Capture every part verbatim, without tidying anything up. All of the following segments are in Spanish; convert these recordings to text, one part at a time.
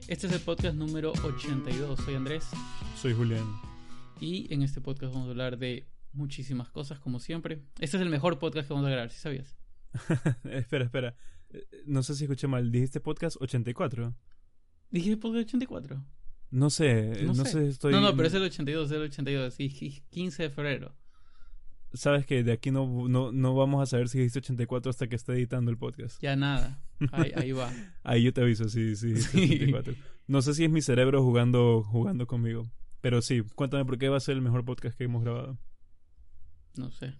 Este es el podcast número ochenta y dos. Soy Andrés. Soy Julián. Y en este podcast vamos a hablar de muchísimas cosas, como siempre. Este es el mejor podcast que vamos a grabar, ¿sí sabías? espera, espera. No sé si escuché mal. ¿Dijiste podcast ochenta y cuatro? ¿Dije podcast ochenta y cuatro? No sé, No, no sé. sé, estoy... No, no, pero es el ochenta y dos, es el ochenta y dos. Sí, quince de febrero. Sabes que de aquí no, no, no vamos a saber si dijiste ochenta y cuatro hasta que esté editando el podcast. Ya nada. Ahí, ahí va. Ahí yo te aviso si sí, dijiste Sí. ochenta y cuatro. No sé si es mi cerebro jugando, jugando conmigo. Pero sí, cuéntame por qué va a ser el mejor podcast que hemos grabado. No sé.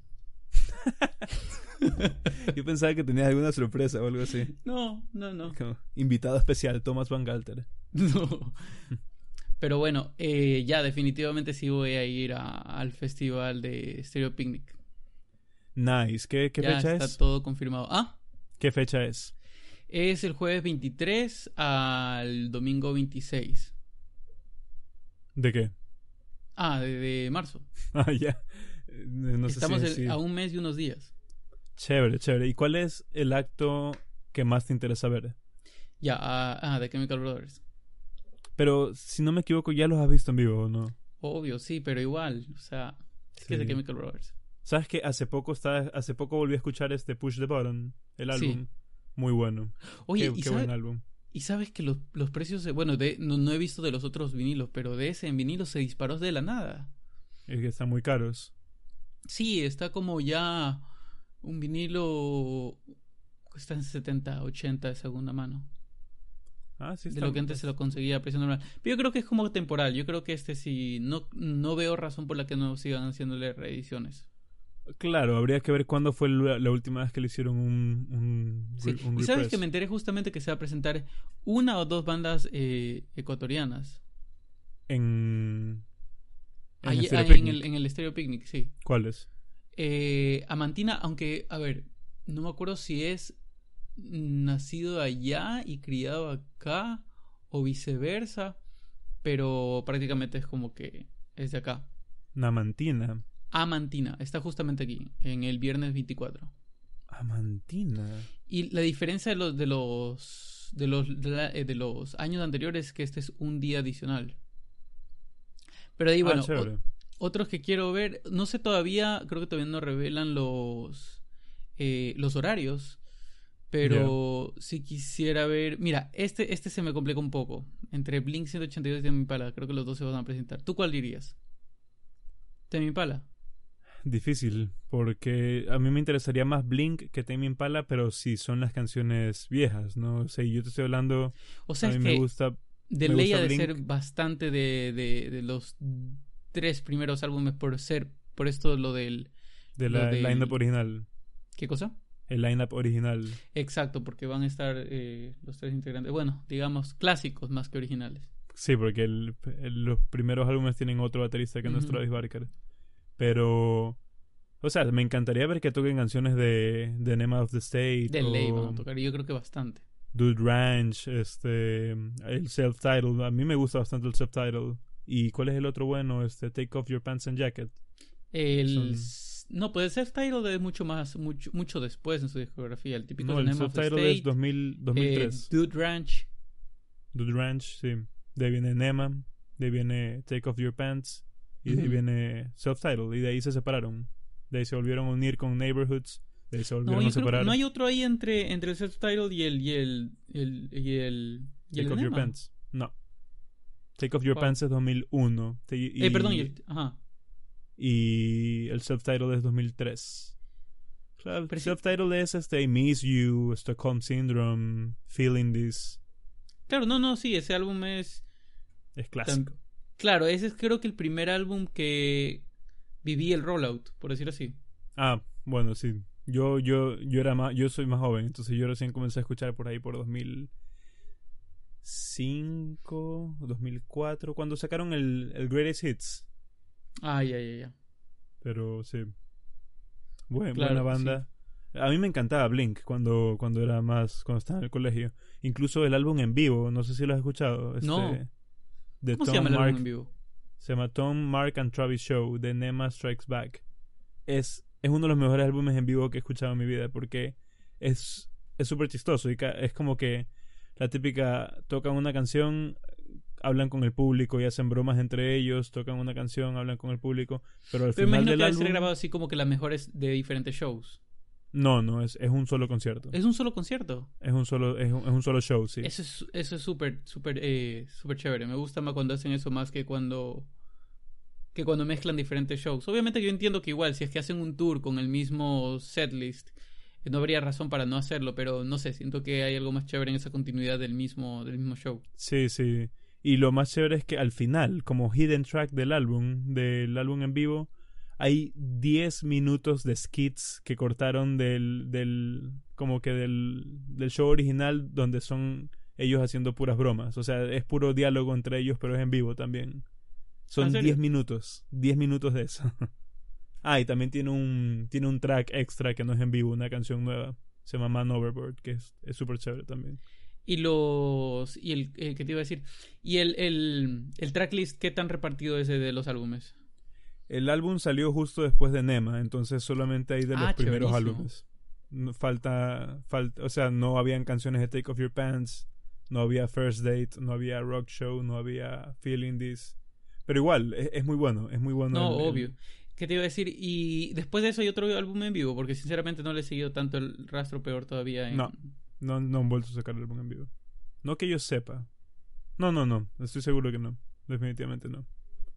Yo pensaba que tenías alguna sorpresa o algo así. No, no, no. Como invitado especial, Thomas Van Galter. No. Pero bueno, eh, ya definitivamente sí voy a ir a, al festival de Stereo Picnic. Nice. ¿Qué, qué ya fecha está es? todo confirmado. Ah, ¿Qué fecha es? es el jueves veintitrés al domingo veintiséis. ¿De qué? Ah, de, de marzo. Ah, ya. Eh, No sé Estamos si, el- sí. a un mes y unos días. Chévere, chévere. ¿Y cuál es el acto que más te interesa ver? Ya, ah, ah, de Chemical Brothers. Pero, si no me equivoco, ya los has visto en vivo, ¿o no? Obvio, sí, pero igual. O sea, es que es de Sí. Chemical Brothers. ¿Sabes que hace poco estaba, hace poco volví a escuchar este Push the Button, el Sí. álbum? Muy bueno. Oye, qué ¿y, qué sabe- buen álbum. y sabes que los, los precios, de- bueno, de, no, no he visto de los otros vinilos, pero de ese en vinilo se disparó de la nada. Es que están muy caros. Sí, está como ya un vinilo cuesta en setenta, ochenta de segunda mano. Ah, sí, De está- lo que antes se lo conseguía a precio normal. Pero yo creo que es como temporal. Yo creo que este sí. No, no veo razón por la que no sigan haciéndole reediciones. Claro, habría que ver cuándo fue la, la última vez que le hicieron un, un, Sí. re- un Y sabes repress. que me enteré justamente que se va a presentar una o dos bandas eh, ecuatorianas. En... En, Ahí- Stereo ah, en, Picnic. el, en el Stereo Picnic, sí. ¿Cuáles? Eh, Amantina, aunque, a ver, no me acuerdo si es nacido allá y criado acá o viceversa, pero prácticamente es como que es de acá. Namantina. Amantina, está justamente aquí, en el viernes veinticuatro. Amantina. Y la diferencia de los de los de los de, la- eh, de los años anteriores es que este es un día adicional. Pero ahí, bueno, ah, chévere. o- otros que quiero ver, no sé todavía, creo que todavía no revelan los eh, los horarios, pero sí quisiera ver. Mira, este este se me complica un poco entre Blink ciento ochenta y dos y Tame Impala. Creo que los dos se van a presentar. ¿Tú cuál dirías? Tame Impala. Difícil, porque a mí me interesaría más Blink que Tame Impala, pero sí son las canciones viejas, ¿no? O sea, yo te estoy hablando, O sea, a es mí que me gusta... de me ley gusta ha de Blink. ser bastante de, de, de los tres primeros álbumes por ser, por esto lo del... De lo la del- line-up original. ¿Qué cosa? El line-up original. Exacto, porque van a estar eh, los tres integrantes, bueno, digamos clásicos más que originales. Sí, porque el- el- los primeros álbumes tienen otro baterista que no es Ujú. Travis Barker. Pero... O sea, me encantaría ver que toquen canciones de, de Enema of the State. De ley van o a tocar, y yo creo que bastante. Dude Ranch, este... El self-titled. A mí me gusta bastante el self-titled. ¿Y cuál es el otro bueno? Este, Take Off Your Pants and Jacket. El... Son- No, puede ser Title es mucho más, mucho, mucho después en su discografía. El típico No, de el Name of the self-titled es State, dos mil, dos mil tres. eh, Dude Ranch. Dude Ranch, sí. De ahí viene Enema, de ahí viene Take Off Your Pants, y de ahí Ujú. viene Self-Titled, y de ahí se separaron. De ahí se volvieron a unir con Neighborhoods, de ahí se No, volvieron yo a creo que separar. no hay otro ahí entre, entre el self-titled y el y el y el y el, y el Take Off Your Enema. Pants. No. Take Off Your Wow. Pants es dos mil uno. Te- Y, Eh, perdón, y el, ajá. y el Self-Titled es dos mil tres. O sea, Pero sí- Self-Titled es este, I Miss You, Stockholm Syndrome, Feeling This. Claro, no, no, sí, ese álbum es Es clásico. tan- claro, ese es creo que el primer álbum que viví el rollout, por decir así. Ah, bueno, sí. Yo, yo, yo era más, yo soy más joven, entonces yo recién comencé a escuchar por ahí por dos mil cinco, dos mil cuatro, cuando sacaron el, el Greatest Hits. Ah, ya, ya, ya. Pero sí. Buen- Claro, buena banda. A mí me encantaba Blink cuando, cuando era más, cuando estaba en el colegio. Incluso el álbum en vivo, no sé si lo has escuchado. Este, No. de ¿Cómo se Tom llama el Mark, álbum en vivo? Se llama Tom, Mark and Travis Show, de Nema Strikes Back. Es, es uno de los mejores álbumes en vivo que he escuchado en mi vida porque es es súper chistoso y ca- es como que la típica, tocan una canción, hablan con el público y hacen bromas entre ellos, tocan una canción, hablan con el público, pero al Pero final imagino del que debe álbum... ser grabado así como que las mejores de diferentes shows. No, no, es, es un solo concierto. Es un solo concierto. Es un solo, es un, es un solo show, sí. Eso es eso es súper, súper, eh, súper chévere. Me gusta más cuando hacen eso más que cuando que cuando mezclan diferentes shows. Obviamente yo entiendo que igual, si es que hacen un tour con el mismo setlist, no habría razón para no hacerlo, pero no sé, siento que hay algo más chévere en esa continuidad del mismo, del mismo show. Sí, sí. Y lo más chévere es que al final, como hidden track del álbum, del álbum en vivo, hay diez minutos de skits que cortaron del, del como que del, del show original, donde son ellos haciendo puras bromas. O sea, es puro diálogo entre ellos, pero es en vivo también. Son diez minutos, diez minutos de eso. Ah, y también tiene un tiene un track extra que no es en vivo, una canción nueva. Se llama Man Overboard, que es súper chévere también. Y los... Y el... Eh, ¿Qué te iba a decir? Y el, el, el tracklist, ¿qué tan repartido es de los álbumes? El álbum salió justo después de Nema, entonces solamente hay de los ah, primeros chéverísimo. álbumes. No, falta, falta... O sea, no habían canciones de Take Off Your Pants, no había First Date, no había Rock Show, no había Feeling This. Pero igual, es, es muy bueno, es muy bueno. No, el, obvio. El... ¿Qué te iba a decir? Y después de eso hay otro álbum en vivo, porque sinceramente no le he seguido tanto el rastro, peor todavía. En... No, no, no han vuelto a sacar el álbum en vivo. No que yo sepa. No, no, no. Estoy seguro que no. Definitivamente no.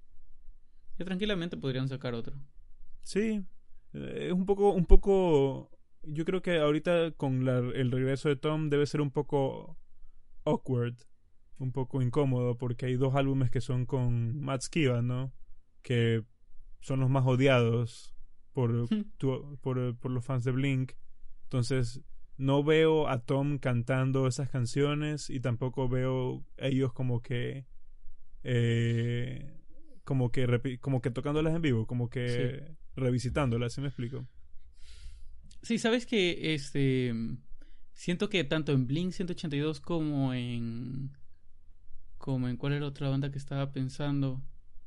Ya tranquilamente podrían sacar otro. Sí. Es eh, un poco, un poco... Yo creo que ahorita con la, el regreso de Tom debe ser un poco awkward. Un poco incómodo, porque hay dos álbumes que son con Matt Skiba, ¿no? Que son los más odiados por, tu, por, por los fans de Blink. Entonces, no veo a Tom cantando esas canciones y tampoco veo a ellos como que eh, como que repi- como que tocándolas en vivo, como que sí. revisitándolas, ¿sí me explico? Sí, sabes que este siento que tanto en Blink ciento ochenta y dos como en como en cuál era otra banda que estaba pensando.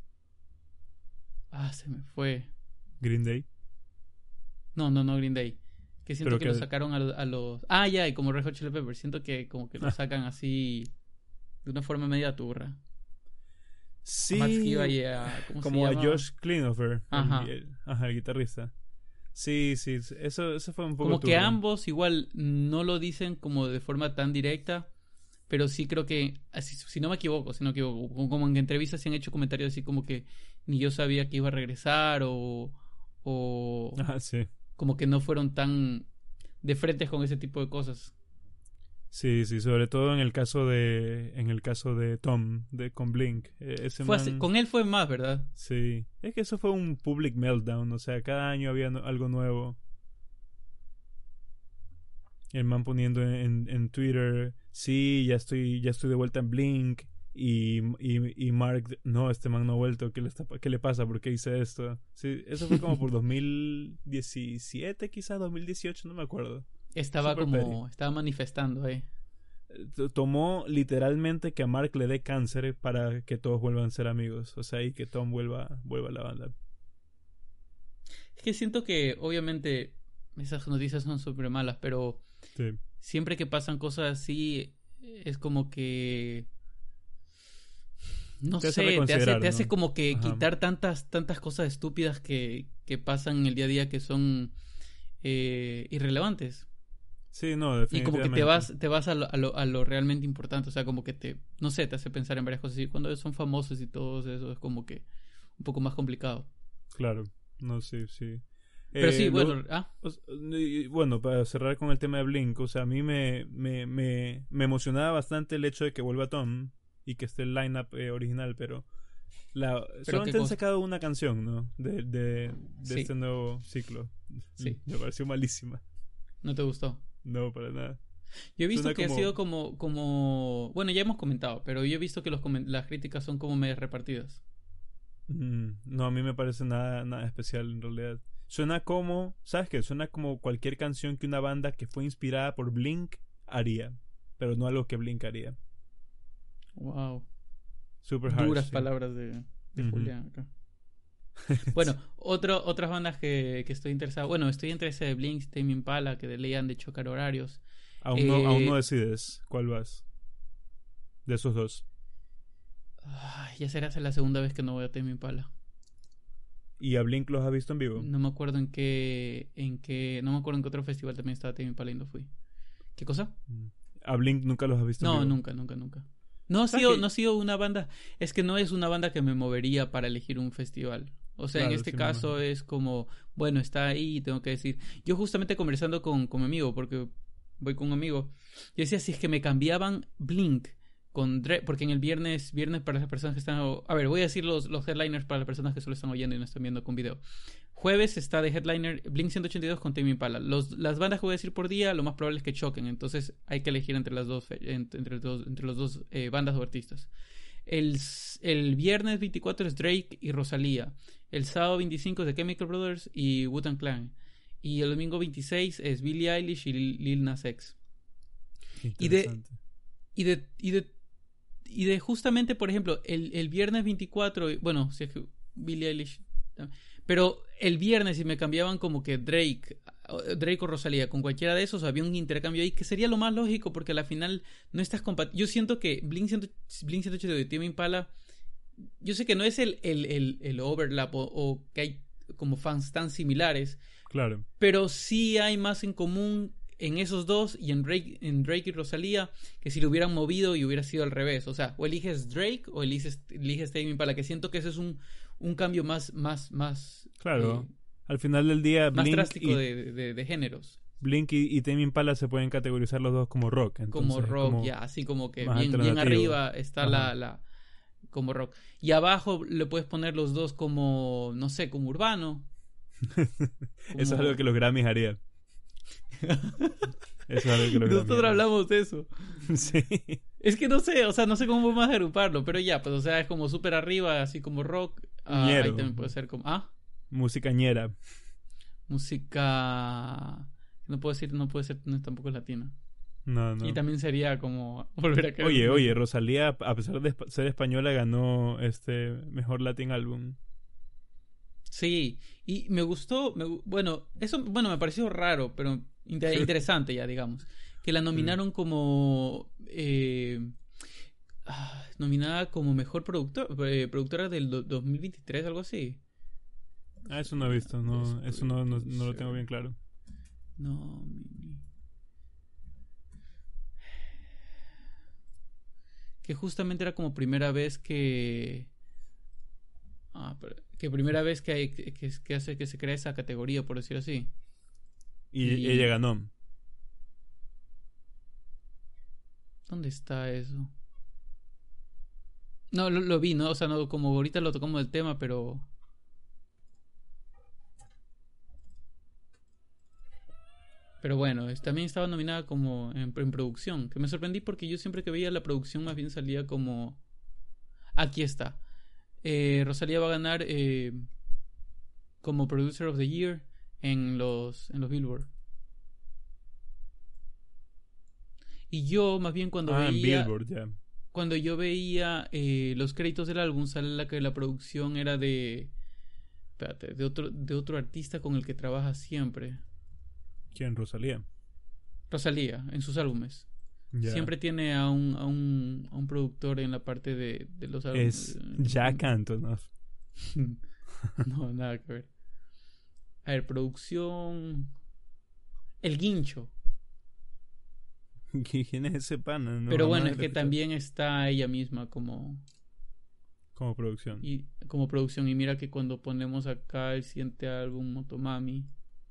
Ah, se me fue. Green Day. No, no, no Green Day. Que siento que, que lo sacaron a, a los... Ah, ya, y como Red Hot Chili Peppers. Siento que como que lo sacan así de una forma media turra. Sí. A Matt Skiba y a... ¿cómo como se a llama? Josh Klinghoffer. Ajá. El, el, ajá, el guitarrista. Sí, sí. Eso, eso fue un poco Como turra. que ambos igual no lo dicen como de forma tan directa. Pero sí creo que, así, si no me equivoco, si no me equivoco, como en entrevistas se han hecho comentarios así como que ni yo sabía que iba a regresar o... o ah, sí. Como que no fueron tan de frente con ese tipo de cosas. Sí, sí, sobre todo en el caso de en el caso de Tom de con Blink. Ese fue man, así, con él fue más, ¿verdad? Sí, es que eso fue un public meltdown, o sea, cada año había no, algo nuevo. El man poniendo en, en Twitter, sí, ya estoy ya estoy de vuelta en Blink. Y, y, y Mark, no, este man no ha vuelto, ¿qué le, está, ¿qué le pasa? ¿Por qué hice esto? Sí, eso fue como por dos mil diecisiete, quizás dos mil dieciocho, no me acuerdo. Estaba Super como, petty. estaba manifestando ahí. Tomó literalmente que a Mark le dé cáncer para que todos vuelvan a ser amigos, o sea, y que Tom vuelva, vuelva a la banda. Es que siento que, obviamente, esas noticias son súper malas, pero sí. Siempre que pasan cosas así, es como que... No te sé, hace te hace, te ¿no? hace como que Ajá. quitar tantas tantas cosas estúpidas que, que pasan en el día a día que son eh, irrelevantes. Sí, no, Y como definitivamente. que te vas te vas a lo, a, lo, a lo realmente importante, o sea, como que te, no sé, te hace pensar en varias cosas. Y cuando son famosos y todo eso es como que un poco más complicado. Claro, no, sí, sí. Pero eh, sí, bueno, lo, ah. bueno, para cerrar con el tema de Blink, o sea, a mí me, me, me, me emocionaba bastante el hecho de que vuelva Tom y que esté el lineup eh, original, pero la, solamente han sacado una canción, ¿no? De, de, de sí. este nuevo ciclo. Sí. Me pareció malísima. ¿No te gustó? No, para nada. Yo he visto Suena que como... ha sido como, como... Bueno, ya hemos comentado, pero yo he visto que los coment- las críticas son como medio repartidas. Mm, no, a mí me parece nada, nada especial en realidad. Suena como, ¿sabes qué? Suena como cualquier canción que una banda que fue inspirada por Blink haría, pero no algo que Blink haría. Wow. Super harsh, Duras sí. palabras de, de uh-huh. Julián acá. Bueno, otro, otras bandas que, que estoy interesado. Bueno, estoy entre ese de Blink, Tame Impala, que de ley han de chocar horarios. Aún, eh, no, aún no decides cuál vas. de esos dos? Ay, ya será la segunda vez que no voy a Tame Impala. ¿Y a Blink los has visto en vivo? No me acuerdo en qué, en qué, no me acuerdo en qué otro festival también estaba Tame Impala y no fui. ¿Qué cosa? ¿A Blink nunca los has visto No, en vivo? nunca, nunca, nunca. No ha sido, no ha sido una banda, es que no es una banda que me movería para elegir un festival. O sea, Claro, en este sí, caso es como, bueno, está ahí y tengo que decir. Yo justamente conversando con, con mi amigo, porque voy con un amigo, yo decía, si es que me cambiaban Blink con Drake, porque en el viernes, viernes para las personas que están, a ver, voy a decir los, los headliners para las personas que solo están oyendo y no están viendo con video. Jueves está de headliner Blink ciento ochenta y dos con Tame Impala. Los, las bandas que voy a decir por día, lo más probable es que choquen, entonces hay que elegir entre las dos, entre, entre los dos, entre los dos eh, bandas o artistas. El, el viernes veinticuatro es Drake y Rosalía. El sábado veinticinco es The Chemical Brothers y Wu-Tang Clan. Y el domingo veintiséis es Billie Eilish y Lil Nas X. Y de, y de y de y de justamente, por ejemplo, el, el viernes veinticuatro, bueno, si es que Billie Eilish, pero el viernes si me cambiaban como que Drake Drake o Rosalía con cualquiera de esos, había un intercambio ahí que sería lo más lógico, porque a la final no estás compatible. Yo siento que Blink ciento ochenta y dos y Tame Impala, yo sé que no es el, el, el, el overlap o, o que hay como fans tan similares, claro, pero sí hay más en común en esos dos y en Drake, en Drake y Rosalía, que si lo hubieran movido y hubiera sido al revés. O sea, o eliges Drake o eliges, eliges Tame Impala, que siento que ese es un, un cambio más más más claro. eh, Al final del día, más Blink drástico y, de, de, de géneros. Blink y, y Tame Impala se pueden categorizar los dos como rock. Entonces, como rock, como ya, así como que más bien, bien alternativo. arriba está la, la como rock. Y abajo le puedes poner los dos como, no sé, como urbano. Como... Eso es algo que los Grammys harían. Eso es algo que los Nosotros Grammys hablamos de eso. Sí. Es que no sé, o sea, no sé cómo más agruparlo, pero ya, pues, o sea, es como súper arriba, así como rock. Ah, ahí también puede ser como, ah, música ñera. Música, no puedo decir, no puede ser, no, tampoco es latina. No, no. Y también sería como volver a quedar. Oye, oye, Rosalía, a pesar de ser española, ganó este mejor Latin Album. Sí, y me gustó, me, bueno, eso, bueno, me pareció raro, pero inter- interesante ya, digamos, que la nominaron como, eh, ah, nominada como mejor productor, eh, productora del do- dos mil veintitrés, algo así. Ah, eso no he visto, no, eso no, no, no lo tengo bien claro. No, mi... que justamente era como primera vez que... Ah, pero que primera vez que, hay, que, que hace que se crea esa categoría, por decirlo así. Y, Y- ella ganó. ¿Dónde está eso? No, lo, lo vi, ¿no? O sea, no, como ahorita lo tocamos del tema, pero... Pero bueno, es- también estaba nominada como en, en producción, que me sorprendí porque yo siempre que veía la producción más bien salía como... Aquí está. Eh, Rosalía va a ganar eh, como Producer of the Year en los, en los Billboard. Y yo, más bien, cuando Ah, en veía... Billboard, ya. Cuando yo veía eh, los créditos del álbum, sale la que la producción era de... Espérate, de otro, de otro artista con el que trabaja siempre. ¿Quién? Rosalía. Rosalía, en sus álbumes. Ya. Siempre tiene a un, a un, a un productor en la parte de, de los álbumes. Es Jack Antonoff. No, nada que ver. A ver, producción... El Guincho. ¿Quién es ese pana? No, Pero bueno, jamás es lo que he escuchado. también está ella misma como... Como producción. Y, como producción. Y mira que cuando ponemos acá el siguiente álbum, Motomami,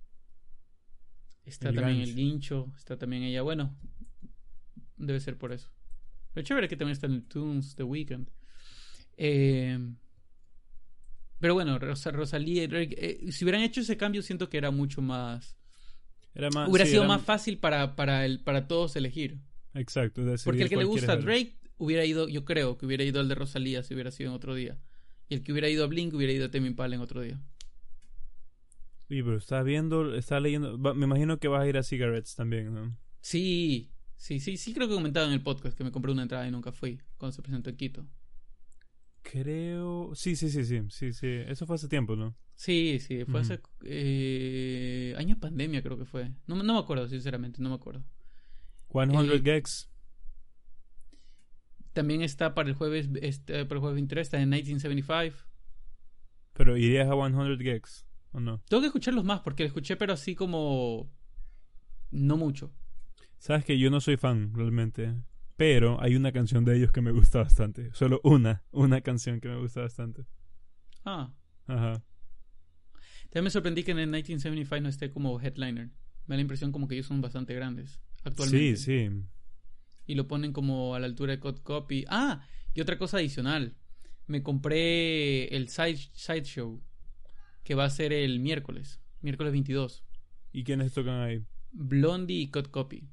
está El también gancho. el Guincho, está también ella. Bueno, debe ser por eso. Pero chévere que también está en el Tunes, The Weeknd. Eh, pero bueno, Ros- Rosalía y Drake, eh, si hubieran hecho ese cambio, siento que era mucho más... Era más, Hubiera sí, sido era- más fácil para, para, el, para todos elegir. Exacto. decidir Porque el que le cuál gusta a quieres ver. Drake hubiera ido, yo creo que hubiera ido al de Rosalía si hubiera sido en otro día. Y el que hubiera ido a Blink hubiera ido a Tame Impala en otro día. Sí, pero estás viendo, estás leyendo. va- me imagino que vas a ir a Cigarettes también, ¿no? Sí, sí, sí, sí creo que he comentado en el podcast que me compré una entrada y nunca fui cuando se presentó en Quito. Creo. Sí, sí, sí, sí. Sí, sí. Eso fue hace tiempo, ¿no? Sí, sí, fue Ujú. hace eh, año de pandemia creo que fue. No, no me acuerdo, sinceramente, no me acuerdo. cien Eh, Gex. También está para el jueves, este, para el jueves veintitrés, está en mil novecientos setenta y cinco. Pero ¿irías a cien gigs o no? Tengo que escucharlos más porque lo escuché, pero así como... No mucho. Sabes que yo no soy fan realmente, pero hay una canción de ellos que me gusta bastante. Solo una, una canción que me gusta bastante. Ah. Ajá. También me sorprendí que en el mil novecientos setenta y cinco no esté como headliner. Me da la impresión como que ellos son bastante grandes actualmente. Sí, sí. Y lo ponen como a la altura de Cut Copy. Ah, y otra cosa adicional. Me compré el Side, side Show, que va a ser el miércoles, miércoles veintidós. ¿Y quiénes tocan ahí? Blondie y Cut Copy.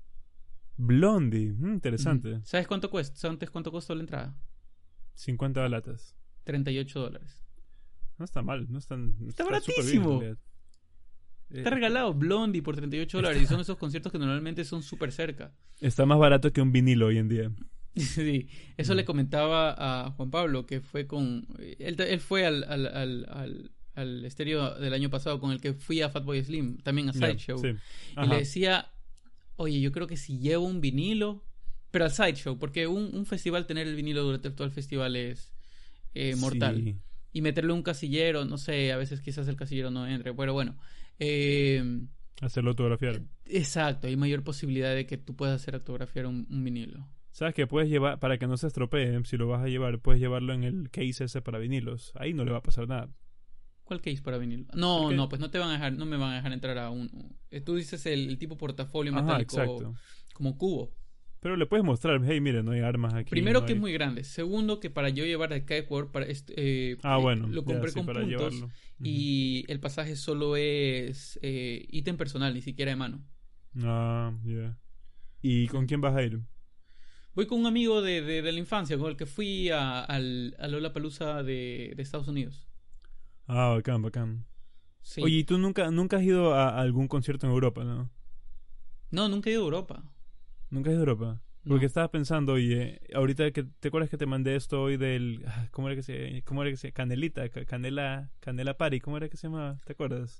Blondie, mm, interesante. Mm. ¿Sabes cuánto cuesta? ¿Sabes cuánto costó la entrada? cincuenta latas. treinta y ocho dólares. No está mal, no está, está, está baratísimo. Bien, está regalado Blondie por treinta y ocho dólares y son esos conciertos que normalmente son súper cerca. Está más barato que un vinilo hoy en día. Sí, eso mm. le comentaba a Juan Pablo, que fue con... Él, él fue al, al, al, al, al estéreo del año pasado con el que fui a Fatboy Slim, también a Sideshow. Yeah, sí. Y le decía, oye, yo creo que si llevo un vinilo, pero al Sideshow, porque un, un festival, tener el vinilo durante todo el festival es eh, mortal. Sí. Y meterle un casillero, no sé, a veces quizás el casillero no entre, pero bueno. Eh, Hacerlo autografiar. Exacto, hay mayor posibilidad de que tú puedas hacer autografiar un, un vinilo. ¿Sabes que puedes llevar, para que no se estropee, si lo vas a llevar, puedes llevarlo en el case ese para vinilos? Ahí no le va a pasar nada. ¿Cuál case para vinilo? No, Porque... no, pues no te van a dejar, no me van a dejar entrar a un... Tú dices el, el tipo portafolio metálico. Ajá, exacto. Como cubo. Pero le puedes mostrar, hey, mire, no hay armas aquí. Primero no que hay... es muy grande. Segundo, que para yo llevar de acá a Ecuador, para este, eh, ah, bueno, lo compré ya, sí, con para puntos. Llevarlo. Y uh-huh. El pasaje solo es eh, ítem personal, ni siquiera de mano. Ah, ya. Yeah. ¿Y con quién vas a ir? Voy con un amigo de, de, de la infancia, con el que fui a, al, a Lollapalooza de, de Estados Unidos. Ah, bacán, bacán. Sí. Oye, ¿y tú nunca, nunca has ido a algún concierto en Europa, no? No, nunca he ido a Europa. ¿Nunca has ido a Europa? Porque no. Estaba pensando, oye, ahorita que te acuerdas que te mandé esto hoy del... ¿Cómo era que se cómo era que se Canelita, Canela, Canela Party, ¿cómo era que se llamaba? ¿Te acuerdas?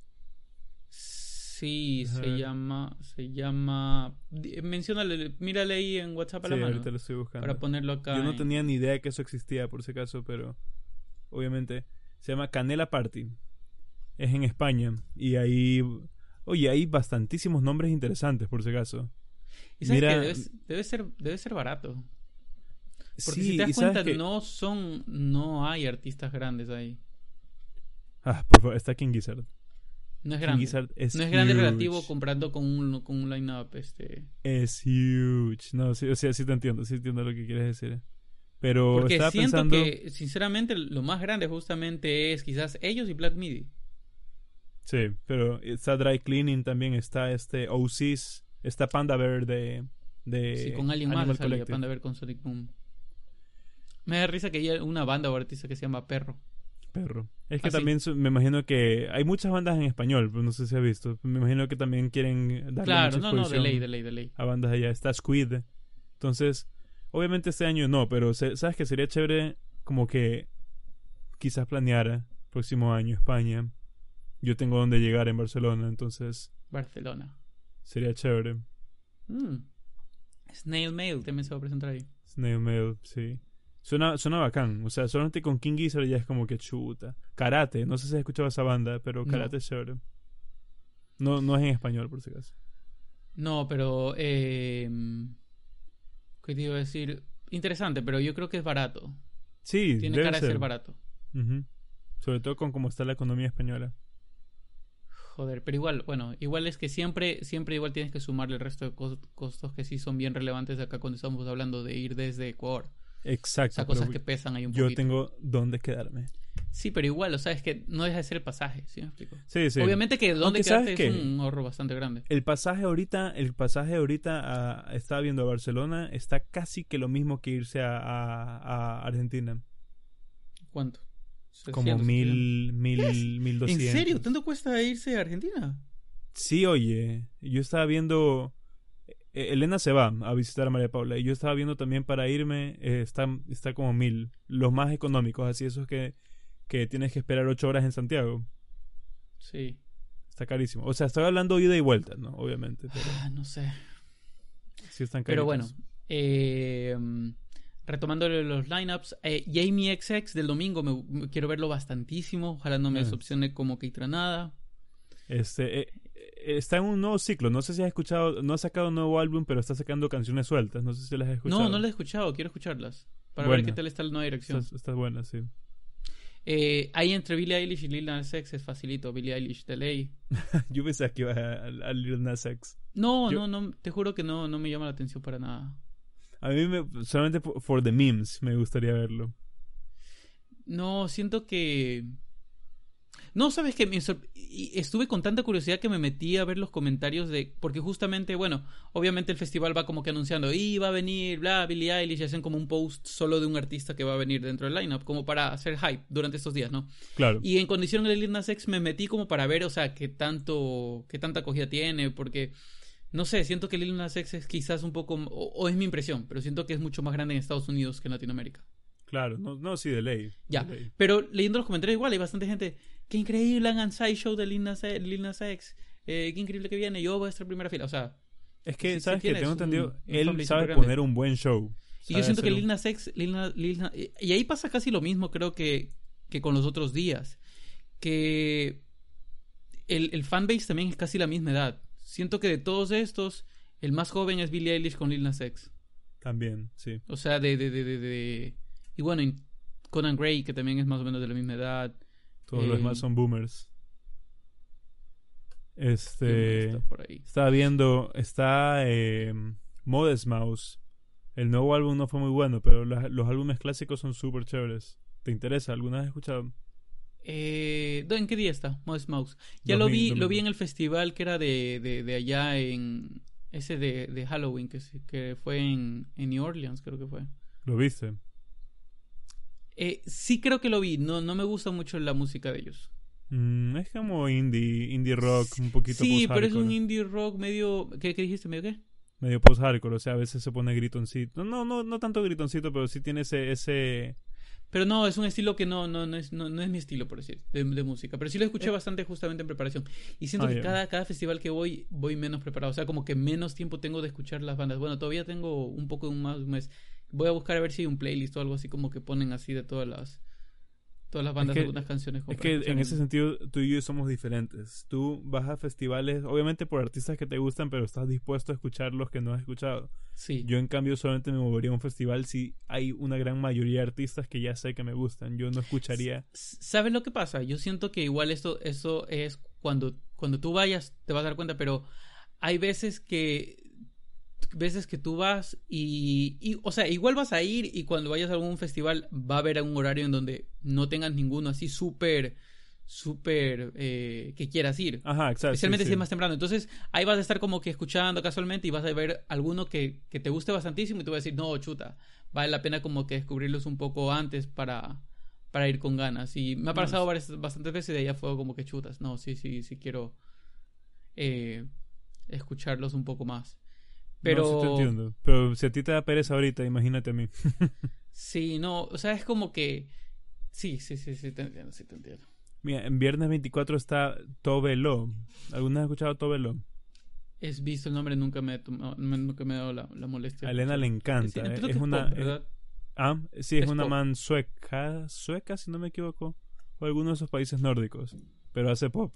Sí, Ajá. se llama, se llama... Menciónale, mírale ahí en WhatsApp a la sí, mano. ahorita lo estoy buscando. Para ponerlo acá. Yo no en... tenía ni idea que eso existía, por si acaso, pero... Obviamente, se llama Canela Party. Es en España. Y ahí... Oye, hay bastantísimos nombres interesantes, por si acaso. Y sabes Mira, que debe, debe ser debe ser barato. Porque sí, si te das cuenta, que... no son... No hay artistas grandes ahí. Ah, por favor, está King Gizzard. No es grande. Es no es grande relativo comparando con un, con un line-up. Este... Es huge. No, sí, o sea, sí te entiendo. Sí entiendo lo que quieres decir. Pero porque estaba siento pensando... que, sinceramente, lo más grande justamente es quizás ellos y Black Midi. Sí, pero está Dry Cleaning también. Está este O Cs. Está Panda Bear de... de sí, con alguien Animal más salía Panda Bear con Sonic Boom. Me da risa que hay una banda o artista que se llama Perro. Perro. Es que ¿Ah, también sí? me imagino que hay muchas bandas en español, pero no sé si has visto. Me imagino que también quieren darle claro, mucha no, no, de ley, de ley, de ley. a bandas allá. Está Squid. Entonces, obviamente este año no, pero se, sabes que sería chévere como que quizás planeara próximo año España. Yo tengo donde llegar en Barcelona, entonces... Barcelona. Sería chévere. Mm. Snail Mail también se va a presentar ahí. Snail Mail, sí. Suena, suena bacán. O sea, solamente con King Gizzard ya es como que chuta. Karate, no sé si has escuchado esa banda, pero Karate no. es chévere. No, no es en español, por si acaso. No, pero... Eh, ¿qué te iba a decir? Interesante, pero yo creo que es barato. Sí, tiene debe cara ser. de ser barato. Uh-huh. Sobre todo con cómo está la economía española. Joder, pero igual, bueno, igual es que siempre, siempre igual tienes que sumarle el resto de cos- costos que sí son bien relevantes acá cuando estamos hablando de ir desde Ecuador. Exacto. O sea, cosas que pesan ahí un yo poquito. Yo tengo dónde quedarme. Sí, pero igual, o sea, es que no deja de ser el pasaje, ¿sí me explico? Sí, sí. Obviamente que dónde quedarte es que un ahorro bastante grande. El pasaje ahorita, el pasaje ahorita a, estaba viendo a Barcelona, está casi que lo mismo que irse a, a, a Argentina. ¿Cuánto? Como mil, mil, mil doscientos. ¿En serio? ¿Tanto cuesta irse a Argentina? Sí, oye, yo estaba viendo... Elena se va a visitar a María Paula y yo estaba viendo también para irme, eh, está, está como mil, los más económicos, así esos que, que tienes que esperar ocho horas en Santiago. Sí. Está carísimo. O sea, estoy hablando ida y vuelta, ¿no? Obviamente. Pero ah, no sé. Sí están carísimos. Pero bueno, eh, retomando los lineups, eh, Jamie X X del domingo, me, me quiero verlo bastantísimo. Ojalá no me Yes. decepcione como Keitra Nada. Este, eh, eh, está en un nuevo ciclo. No sé si has escuchado, no ha sacado un nuevo álbum, pero está sacando canciones sueltas. No sé si las has escuchado. No, no las he escuchado, quiero escucharlas. Para Buena. ver qué tal está la nueva dirección. Está, está buena, sí. Eh, ahí entre Billie Eilish y Lil Nas X es facilito. Billie Eilish de ley. Yo pensaba que iba a, a Lil Nas X. No, Yo- no, no, te juro que no, no me llama la atención para nada. A mí me, solamente por for the memes me gustaría verlo. No, siento que... No, sabes que me sor- y estuve con tanta curiosidad que me metí a ver los comentarios de... Porque justamente, bueno, obviamente el festival va como que anunciando, y va a venir, bla, Billie Eilish, y hacen como un post solo de un artista que va a venir dentro del lineup, como para hacer hype durante estos días, ¿no? Claro. Y en condición de Lil Nas X me metí como para ver, o sea, qué tanto, qué tanta acogida tiene, porque... No sé, siento que Lil Nas X es quizás un poco... O, o es mi impresión, pero siento que es mucho más grande en Estados Unidos que en Latinoamérica. Claro. No, no sí, de ley. Ya, De ley. pero leyendo los comentarios igual hay bastante gente. Qué increíble hagan sideshow de Lil Nas, Lil Nas X. Eh, qué increíble que viene. Yo voy a estar en primera fila. O sea, Es que, sí- sí ¿sabes qué? tienes Tengo un- entendido, un él fanbase sabe súper grande. poner un buen show. Y yo Sabe siento que hacer un- Lil Nas X, Lil Nas- Lil Nas- y ahí pasa casi lo mismo, creo que, que con los otros días. Que el, el fanbase también es casi la misma edad. Siento que de todos estos, el más joven es Billie Eilish con Lil Nas X. También, sí. O sea, de, de, de, de, de- y bueno, y Conan Gray, que también es más o menos de la misma edad. Todos Eh, los demás son boomers. ¿Quién Este... está por ahí? Estaba viendo, está eh, Modest Mouse. El nuevo álbum no fue muy bueno, pero la- los álbumes clásicos son súper chéveres. ¿Te interesa? ¿Alguna vez has escuchado? Eh, ¿En qué día está? Modest Mouse. Ya dos lo vi, mil lo vi en el festival que era de, de, de allá en ese de, de Halloween que, se- que fue en, en New Orleans, creo que fue. ¿Lo viste? Eh, sí creo que lo vi. No, no me gusta mucho la música de ellos. Mm, es como indie, indie rock, un poquito Sí, pero es un post-hardcore. indie rock medio... ¿Qué, qué dijiste? ¿Medio qué? Medio post-hardcore, o sea, a veces se pone gritoncito. No, no, no tanto gritoncito, pero sí tiene ese... ese... Pero no, es un estilo que no, no, no, es, no, no es mi estilo, por decir, de, de música. Pero sí lo escuché Eh. bastante justamente en preparación. Y siento Ah, que ya. cada, cada festival que voy, voy menos preparado. O sea, como que menos tiempo tengo de escuchar las bandas. Bueno, todavía tengo un poco más un mes. Voy a buscar a ver si hay un playlist o algo así como que ponen así de todas las todas las bandas, que- algunas canciones. como Es para que escuchar en ese sentido tú y yo somos diferentes. Tú vas a festivales, obviamente por artistas que te gustan, pero estás dispuesto a escuchar los que no has escuchado. Sí. Yo en cambio solamente me movería a un festival si hay una gran mayoría de artistas que ya sé que me gustan. Yo no escucharía... S- ¿Sabes lo que pasa? Yo siento que igual esto eso es cuando cuando tú vayas te vas a dar cuenta, pero hay veces que veces que tú vas y, y o sea, igual vas a ir y cuando vayas a algún festival va a haber un horario en donde no tengas ninguno así súper súper eh, que quieras ir. Ajá, exacto. Especialmente sí, si es sí. más temprano. Entonces, ahí vas a estar como que escuchando casualmente y vas a ver alguno que, que te guste bastantísimo y tú vas a decir, no, chuta, vale la pena como que descubrirlos un poco antes para, para ir con ganas. Y me ha No, pasado sí. varias, bastantes veces y de allá fue como que chutas. No, sí, sí, sí quiero eh, escucharlos un poco más. Pero... No, sí te entiendo. Pero si a ti te da pereza ahorita, imagínate a mí. Sí, no, o sea, es como que... Sí, sí, sí, sí, te entiendo, sí, te entiendo. Mira, en viernes veinticuatro está Tove Lo. ¿Alguna has escuchado Tove Lo? He visto el nombre, nunca me, he tomado- me- nunca me he dado la, la molestia. A de Elena le escucharlo. encanta. Sí, eh, entiendo es que es una... pop, es- ¿verdad? ah, sí, es, Es una pop. man sueca, sueca si no me equivoco, o alguno de esos países nórdicos, pero hace pop.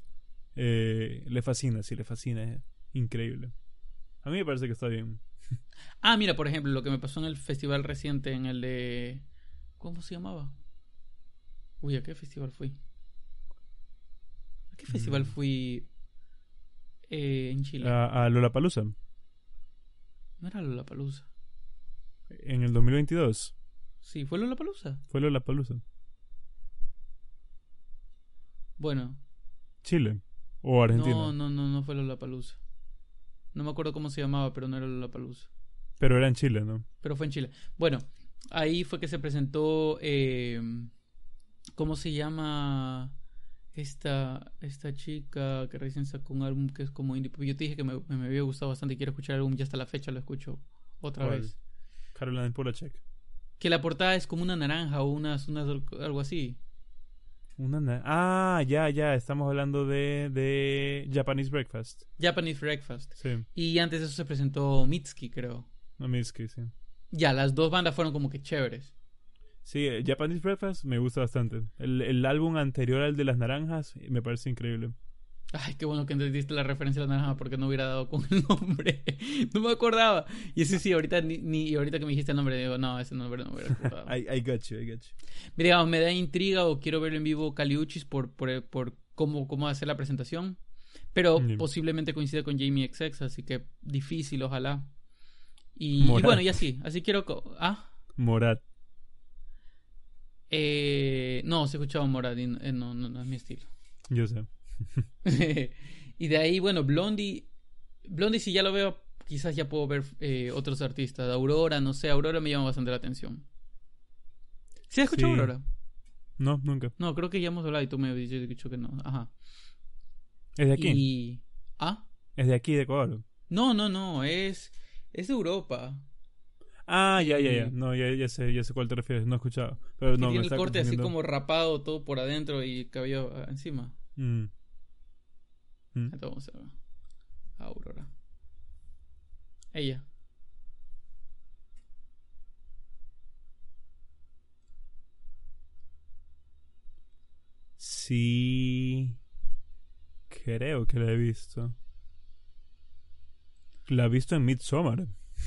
Eh, le fascina, sí, le fascina, es increíble. A mí me parece que está bien. Ah, mira, por ejemplo, lo que me pasó en el festival reciente, en el de... ¿Cómo se llamaba? Uy, ¿a qué festival fui? ¿A qué festival Mm. fui eh, en Chile? A, a Lollapalooza, No era Lollapalooza. en el dos mil veintidós, Sí, fue Lollapalooza. fue Lollapalooza. Bueno, Chile, o Argentina, no, no, no, no fue Lollapalooza. No me acuerdo cómo se llamaba, pero no era Lollapalooza. pero era en Chile, ¿no? Pero fue en Chile. Bueno, ahí fue que se presentó... Eh, ¿cómo se llama esta, esta chica que recién sacó un álbum que es como indie pop? Yo te dije que me, me había gustado bastante y quiero escuchar el álbum, ya hasta la fecha lo escucho otra ¿Cuál? vez. Caroline Polachek. Que la portada es como una naranja o unas, unas algo así. Una na- ah, ya, ya, estamos hablando de, de Japanese Breakfast. Japanese Breakfast. Sí, Y antes de eso se presentó Mitski, creo. no Mitski, sí. Ya, las dos bandas fueron como que chéveres. Sí, eh, Japanese Breakfast me gusta bastante. El, el álbum anterior al de las naranjas me parece increíble. Ay, qué bueno que entendiste la referencia a la naranja porque no hubiera dado con el nombre. No me acordaba. Y ese sí, ahorita ni, ni ahorita que me dijiste el nombre, digo, no, ese nombre no me hubiera acordado. I, I got you, I got you. Mira, digamos, me da intriga o quiero ver en vivo Caliuchis por, por, por cómo, cómo hacer la presentación. Pero Mm. posiblemente coincida con Jamie X X, así que difícil, ojalá. Y, y Morat. bueno, y así. Así quiero. co- Ah, Morat. eh, no, se escuchaba Morad y no, eh, no, no, no es mi estilo. Yo sé. Y de ahí, bueno, Blondie. Blondie, si ya lo veo, quizás ya puedo ver eh, otros artistas. Aurora, no sé, Aurora me llama bastante la atención. ¿Sí has escuchado Sí. Aurora? No, nunca. No, creo que ya hemos hablado y tú me habías dicho que no. Ajá. ¿Es de aquí? Y. ¿Ah? Es de aquí, de Ecuador. No, no, no, es. Es de Europa. Ah, ya, ya, ya. Y- No, ya, ya sé, ya sé cuál te refieres. No he escuchado. Pero Que no, me tiene el está corte así confundiendo. como rapado, todo por adentro y cabello ah, encima. Mm. Mm. Entonces vamos a ver. Aurora. Ella. Sí. Creo que la he visto. La he visto en Midsommar.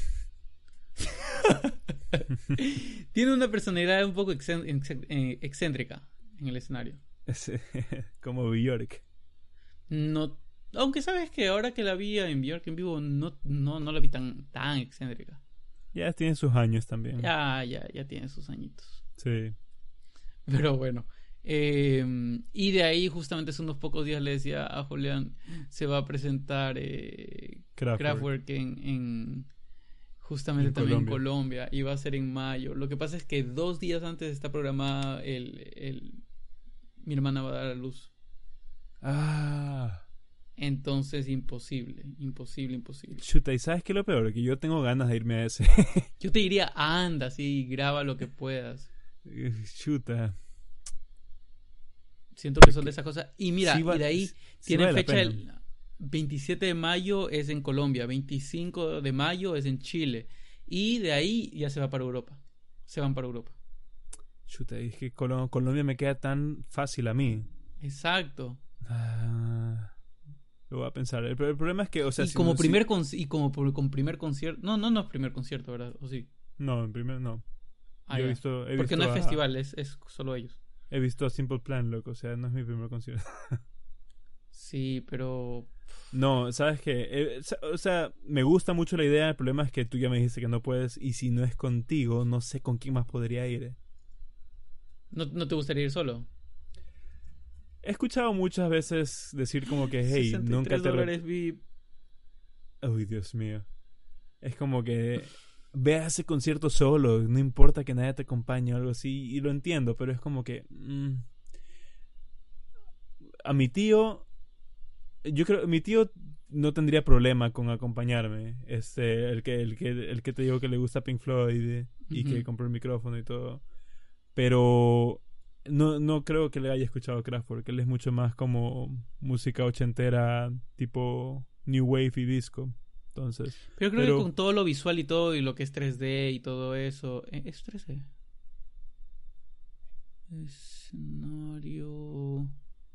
Tiene una personalidad un poco excen- ex- eh, excéntrica en el escenario. Es, como Bjork. No, aunque sabes que ahora que la vi en Björk en vivo, no, no, no la vi tan, tan excéntrica. Ya tiene sus años también. Ya, ya, ya tiene sus añitos. Sí. Pero bueno. eh, y de ahí, justamente hace unos pocos días le decía a Julián, se va a presentar eh, Kraftwerk. Kraftwerk en, en justamente En también Colombia. en Colombia y va a ser en mayo. Lo que pasa es que dos días antes está programada el, el mi hermana va a dar a luz. Ah. Entonces imposible, imposible, imposible. Chuta, ¿y sabes qué es lo peor? Que yo tengo ganas de irme a ese. Yo te diría, anda, sí, graba lo que puedas. Chuta. Siento que son de esas cosas. Y mira, Sí va- y de ahí sí tienen vale la fecha pena. el veintisiete de mayo es en Colombia, veinticinco de mayo es en Chile y de ahí ya se va para Europa. Se van para Europa. Chuta, es que Colo- Colombia me queda tan fácil a mí. Exacto. Ah, lo voy a pensar. El, el problema es que, o sea, y si como no- si- primer con- y como por- con primer concierto, no, no, no es primer concierto, ¿verdad? ¿O sí? No, en primer no. Ah, Yo he ya. visto, he Porque visto no es a- festival, es, es solo ellos. He visto a Simple Plan, loco. O sea, no es mi primer concierto. Sí, pero No, ¿sabes qué? Eh, o sea, me gusta mucho la idea. El problema es que tú ya me dijiste que no puedes. Y si no es contigo, no sé con quién más podría ir. ¿no, no te gustaría ir solo? He escuchado muchas veces decir como que, hey, sesenta y nunca tres te... re- dólares V I P. Uy, Dios mío. Es como que ve a ese concierto solo, no importa que nadie te acompañe o algo así, y lo entiendo, pero es como que mm, a mi tío, yo creo, mi tío no tendría problema con acompañarme, este, el que, el que, el que te digo que le gusta Pink Floyd y que Ujú. compró el micrófono y todo, pero no, no creo que le haya escuchado Kraftwerk, él es mucho más como música ochentera, tipo New Wave y disco. Entonces, Pero creo pero- que con todo lo visual y todo, y lo que es tres D y todo eso. ¿eh, ¿Es tres D? Escenario.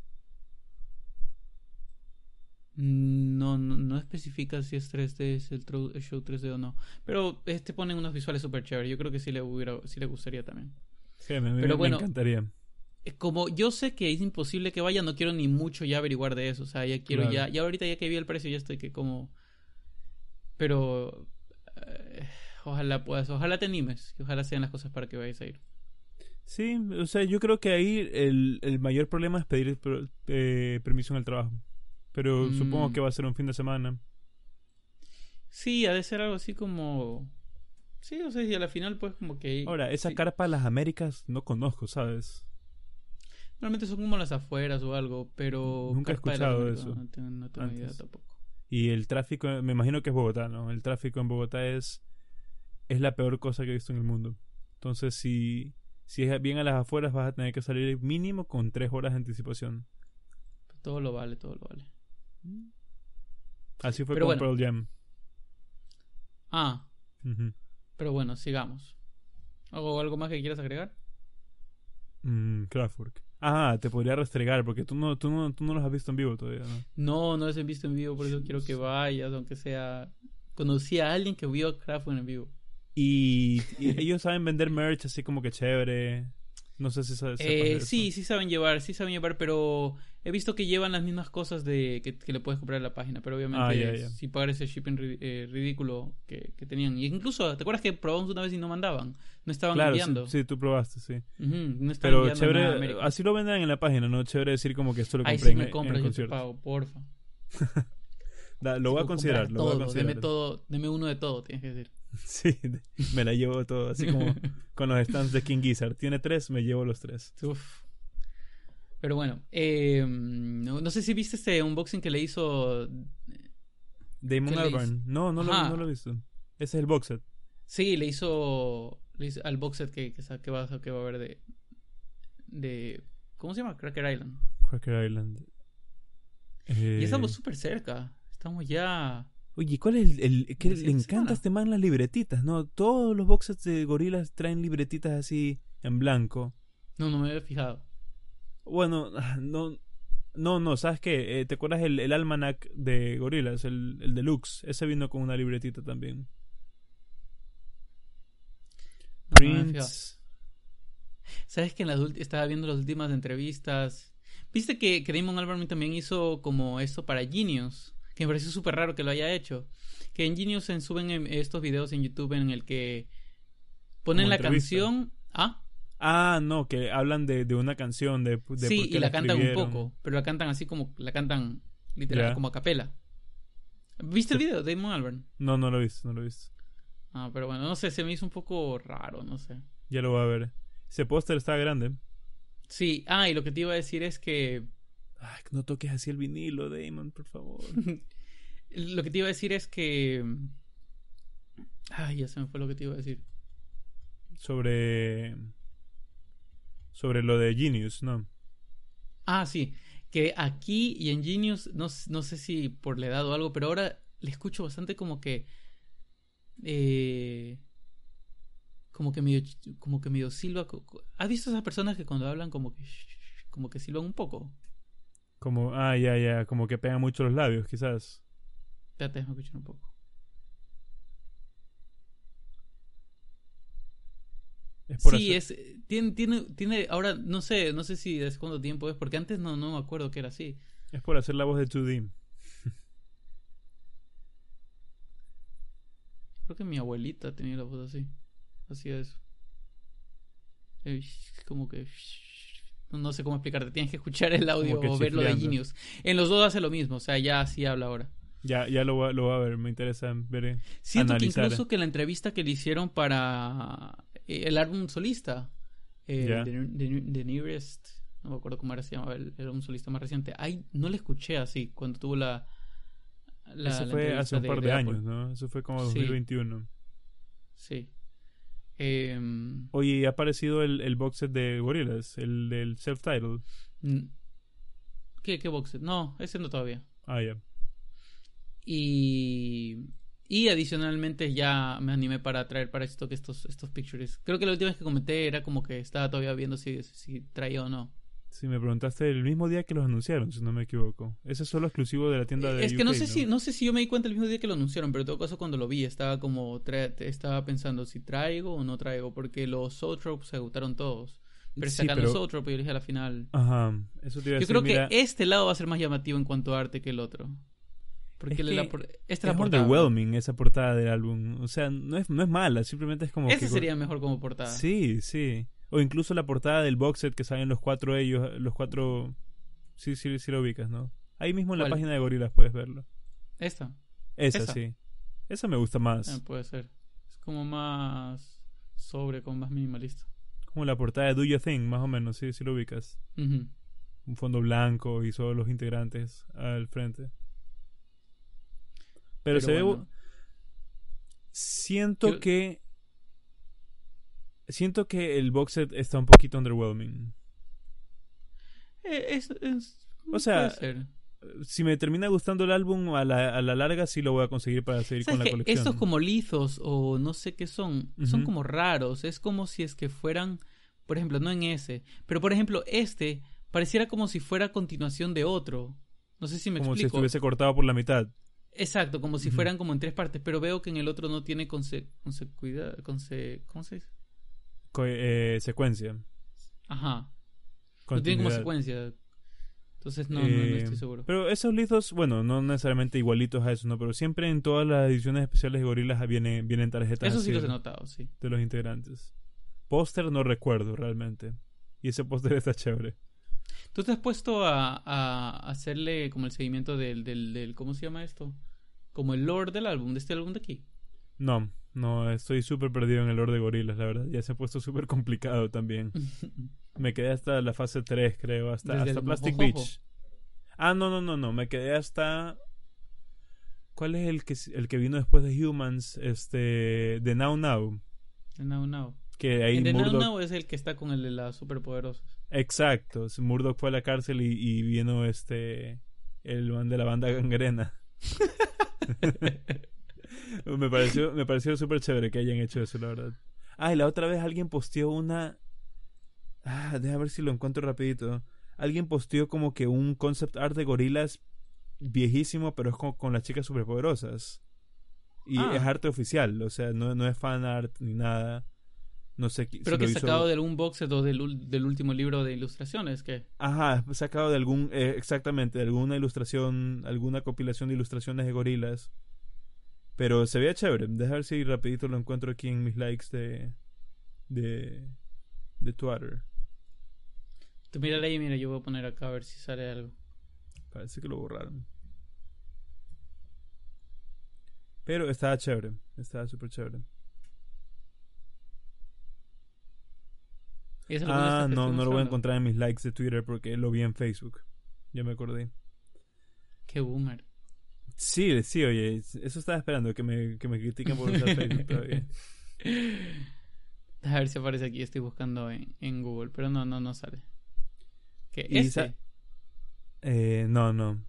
No, no, no especifica si es tres D, es el, tro- el show tres D o no. Pero este ponen unos visuales super chéveres. Yo creo que sí le, hubiera, sí le gustaría también. sí, me, me- Pero me bueno, encantaría. Eh, Como yo sé que es imposible que vaya, no quiero ni mucho ya averiguar de eso. O sea, ya quiero Claro. ya. Ya ahorita ya que vi el precio, ya estoy que como. Pero. eh, ojalá puedas. Ojalá te animes. Y ojalá sean las cosas para que vayas a ir. Sí, o sea, yo creo que ahí el, el mayor problema es pedir per- eh, permiso en el trabajo. Pero Mm. supongo que va a ser un fin de semana. Sí, ha de ser algo así como. Sí, o sea, y a la final, pues como que. Ahora, esa sí. carpa a las Américas no conozco, ¿sabes? Normalmente son como las afueras o algo, pero. Nunca he Carpa de las escuchado Américas, eso No tengo, no tengo idea antes. tampoco. Y el tráfico, me imagino que es Bogotá, ¿no? El tráfico en Bogotá es, es la peor cosa que he visto en el mundo. Entonces, si, si es bien a las afueras, vas a tener que salir mínimo con tres horas de anticipación. Todo lo vale, todo lo vale. Así fue Pero con bueno. Pearl Jam. Ah, Ujú. Pero bueno, sigamos. ¿Algo, algo más que quieras agregar? Mm, Kraftwerk. Ah, te podría restregar porque tú no, tú no, tú no los has visto en vivo todavía, ¿no? No, no los he visto en vivo, por eso quiero que vayas, aunque sea... Conocí a alguien que vio a Kraftwerk en vivo. Y, y ellos saben vender merch así como que chévere. No sé si sabes Eh, de eso. sí, sí saben llevar, sí saben llevar, pero he visto que llevan las mismas cosas de que, que le puedes comprar en la página, pero obviamente Ah, ya, ya. si pagar ese shipping ri- eh, ridículo que, que tenían. Y incluso, ¿te acuerdas que probamos una vez y no mandaban? No estaban Claro, sí, enviando. sí, tú probaste, sí. Ujú, no estaban Pero enviando nada a chévere, América. así lo venden en la página, ¿no? Chévere decir como que esto lo Ay, compré sí en, me en el compras, yo te concierto. pago, porfa. Da, lo Sí voy a puedo considerar, comprar lo voy a todo, considerar. deme todo, deme uno de todo, tienes que decir. Sí, me la llevo todo, así como con los stands de King Gizzard. Tiene tres, me llevo los tres. Uf. Pero bueno, eh, no, no sé si viste este unboxing que le hizo. Damon ¿Qué le hizo? Albarn. No, no lo, Ajá. no lo he visto. Ese es el box set. Sí, le hizo, le hizo al box set que, que, sa- que va, que va a haber de, de. ¿Cómo se llama? Cracker Island. Cracker Island. Eh... Y estamos súper cerca. Estamos ya. Oye, ¿cuál es el, el que La le siguiente encanta semana. a este man las libretitas, ¿no? Todos los box sets de gorilas traen libretitas así en blanco. No, no me había fijado. Bueno, no, no, no, ¿sabes qué? Eh, ¿te acuerdas el, el almanac de gorilas, el, el deluxe? Ese vino con una libretita también. No, no me había fijado. Prince. ¿Sabes que en las ulti- estaba viendo las últimas entrevistas? ¿Viste que, que Damon Albarn también hizo como esto para Genius? Que me pareció súper raro que lo haya hecho. Que en Genius se suben en estos videos en YouTube en el que ponen Como la entrevista. canción. Ah, Ah, no, que hablan de, de una canción, de, de por sí, qué y la cantan un escribieron. poco. Pero la cantan así como. La cantan literal, Ya. como a capela. ¿Viste el Se- video de Damon Albarn? No, no lo he visto, no lo he visto. Ah, pero bueno, no sé, se me hizo un poco raro, no sé. Ya lo voy a ver. Ese póster está grande. Sí, ah, y lo que te iba a decir es que. Ay, no toques así el vinilo, Damon, por favor. Lo que te iba a decir es que. Ay, ya se me fue lo que te iba a decir. Sobre... Sobre lo de Genius, ¿no? Ah, sí. Que aquí y en Genius, no, s- no sé si por la edad o algo, pero ahora le escucho bastante como que. Eh, como que medio. ch- Como que medio silba. co- co- ¿Has visto esas personas que cuando hablan como que. Como que silban un poco? Como, ah, ya, ya, como que pegan mucho los labios, quizás. Espérate, déjame escuchar un poco. Es por Sí, hacer- es. Tiene, tiene, tiene. Ahora, no sé, no sé si desde cuánto tiempo es, porque antes no, no me acuerdo que era así. es por hacer la voz de dos D. Creo que mi abuelita tenía la voz así. Hacía eso. Eh, Como que. No, no sé cómo explicarte. Tienes que escuchar el audio Como que o verlo de chifleando. Genius. En los dos hace lo mismo. O sea, ya así habla ahora. Ya, ya lo voy, a, lo voy a ver, me interesa ver, eh, Siento analizar. que incluso que la entrevista que le hicieron para eh, el álbum solista. Eh, Ya. The, The- The Nearest. No me acuerdo cómo era, se llamaba el, el álbum solista más reciente. Ay, no le escuché así cuando tuvo la. la Eso la fue entrevista hace un de- par de de Apple. años, ¿no? Eso fue como Sí. dos mil veintiuno. Sí. Em, Oye, ha aparecido el, el box set de Gorillaz, el del self-titled. mm, ¿Qué, qué box set? No, ese no todavía. Ah, ya. Y, y adicionalmente ya me animé para traer para esto que estos, estos pictures. Creo que la última vez que comenté era como que estaba todavía viendo si, si traía o no. Sí, me preguntaste el mismo día que los anunciaron, si no me equivoco. Ese es solo exclusivo de la tienda de Es que U K, no sé si no sé si yo me di cuenta el mismo día que lo anunciaron, pero en todo caso cuando lo vi estaba como tra- estaba pensando si traigo o no traigo, porque los Zoetrope se agotaron todos. Pero Sí, sacando pero- Zoetrope yo dije a la final. Ajá, eso te iba a Yo decir, creo mira, que este lado va a ser más llamativo en cuanto a arte que el otro. Porque Es la- la que por- esta es es la portada. underwhelming esa portada del álbum. O sea, no es, no es mala, simplemente es como Esa que... sería mejor como portada. Sí, sí. O incluso la portada del box set que salen los cuatro ellos, los cuatro... Sí, sí, sí lo ubicas, ¿no? Ahí mismo en la ¿Cuál? página de Gorillaz puedes verlo. Esta. Esa, Esa. sí. Esa me gusta más. Ah, puede ser. Es como más sobre, como más minimalista. Como la portada de Do Your Thing, más o menos, sí, sí lo ubicas. Ujú. Un fondo blanco y solo los integrantes al frente. Pero, Pero se ve... bueno. bu- Siento Yo- que... Siento que el box set está un poquito underwhelming. Eh, es, es- O sea, puede ser. si me termina gustando el álbum, a la, a la larga sí lo voy a conseguir para seguir con la que colección. estos como lizos o no sé qué son, uh-huh. son como raros. Es como si es que fueran, por ejemplo, no en ese, pero por ejemplo este pareciera como si fuera continuación de otro. No sé si me como explico. Como si estuviese cortado por la mitad. Exacto, como si uh-huh. fueran como en tres partes, pero veo que en el otro no tiene conse- consecuidad, conse- ¿cómo se dice? Co- eh, secuencia. Ajá. No tiene como secuencia. Entonces no, eh, no, no estoy seguro. Pero esos lizos, bueno, no necesariamente igualitos a eso, ¿no? Pero siempre en todas las ediciones especiales de Gorillaz vienen, vienen tarjetas eso así sí los he notado, sí. de los integrantes. Póster no recuerdo realmente. Y ese póster está chévere. ¿Tú te has puesto a, a hacerle como el seguimiento del, del, del... ¿Cómo se llama esto? Como el lore del álbum, de este álbum de aquí. No, no, estoy súper perdido en el lore de Gorillaz, la verdad. Ya se ha puesto súper complicado también. Me quedé hasta la fase tres, creo. Hasta, hasta Plastic Mojojojo. Beach. Ah, no, no, no, no. Me quedé hasta... ¿Cuál es el que, el que vino después de Humans? Este... The Now Now. The Now Now. Que ahí el de Murdoch... Now Now es el que está con el de las superpoderosas. Exacto. Murdoch fue a la cárcel y, y vino este... el man de la banda Gangrena. me pareció me pareció súper chévere que hayan hecho eso, la verdad. Ah, y la otra vez alguien posteó una... Ah, déjame ver si lo encuentro rapidito. Alguien posteó como que un concept art de Gorillaz viejísimo, pero es con, con las chicas superpoderosas. Y ah. es arte oficial, o sea, no, no es fan art ni nada. No sé. Pero si que lo hizo... sacado de algún box set o del, del último libro de ilustraciones, ¿qué? Ajá, sacado de algún, eh, exactamente, de alguna ilustración, alguna compilación de ilustraciones de Gorillaz. Pero se veía chévere. Deja ver si rapidito lo encuentro aquí en mis likes de de, de Twitter. Tú mírala ahí, mira, yo voy a poner acá a ver si sale algo. Parece que lo borraron. Pero estaba chévere, estaba súper chévere. Ah, no, no lo voy a encontrar en mis likes de Twitter porque lo vi en Facebook. Ya me acordé. Qué boomer. Sí, sí, oye, eso estaba esperando, que me, que me critiquen por usar Facebook todavía. A ver si aparece aquí, estoy buscando en, en Google, pero no, no, no sale. ¿Qué? ¿Este? Eh, no, no.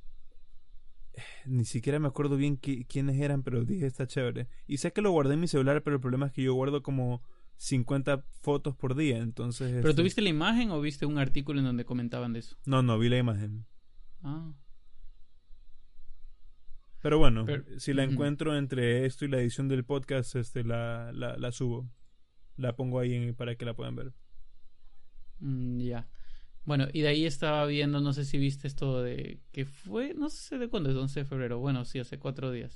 Ni siquiera me acuerdo bien qui- quiénes eran, pero dije está chévere. Y sé que lo guardé en mi celular, pero el problema es que yo guardo como cincuenta fotos por día, entonces... ¿Pero este... tú viste la imagen o viste un artículo en donde comentaban de eso? No, no, vi la imagen. Ah. Pero bueno, pero, si la uh-huh. encuentro entre esto y la edición del podcast, este la, la, la subo. La pongo ahí en, para que la puedan ver. Mm, ya. Yeah. Bueno, y de ahí estaba viendo, no sé si viste esto de... que fue, no sé de cuándo, es once de febrero. Bueno, sí, hace cuatro días.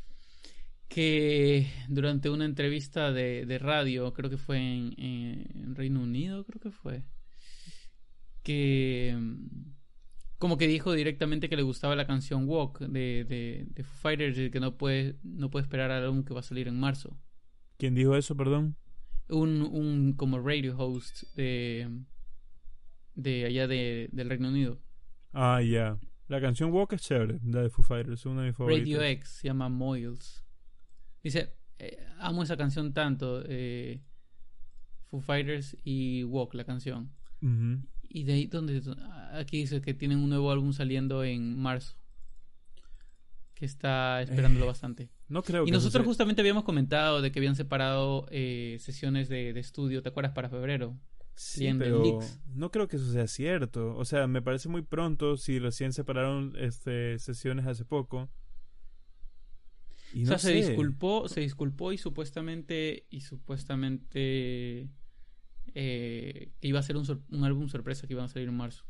Que durante una entrevista de, de radio, creo que fue en, en Reino Unido, creo que fue. Que... como que dijo directamente que le gustaba la canción Walk de, de, de Foo Fighters y que no puede, no puede esperar al álbum que va a salir en marzo. ¿Quién dijo eso, perdón? Un, un como radio host de, de allá de, del Reino Unido. Ah, ya. Yeah. La canción Walk es chévere, la de Foo Fighters, es una de mis favoritas. Radio X, se llama Moyles. Dice, eh, amo esa canción tanto, eh, Foo Fighters y Walk, la canción. Uh-huh. Y de ahí donde aquí dice que tienen un nuevo álbum saliendo en marzo, que está esperándolo eh, bastante. No creo. Y que nosotros sea... justamente habíamos comentado de que habían separado eh, sesiones de, de estudio, ¿te acuerdas? Para febrero. Sí, pero no creo que eso sea cierto. O sea, me parece muy pronto si recién separaron este sesiones hace poco. Y no o sea, sé. se disculpó, se disculpó y supuestamente y supuestamente eh, que iba a ser un, sor- un álbum sorpresa que iba a salir en marzo.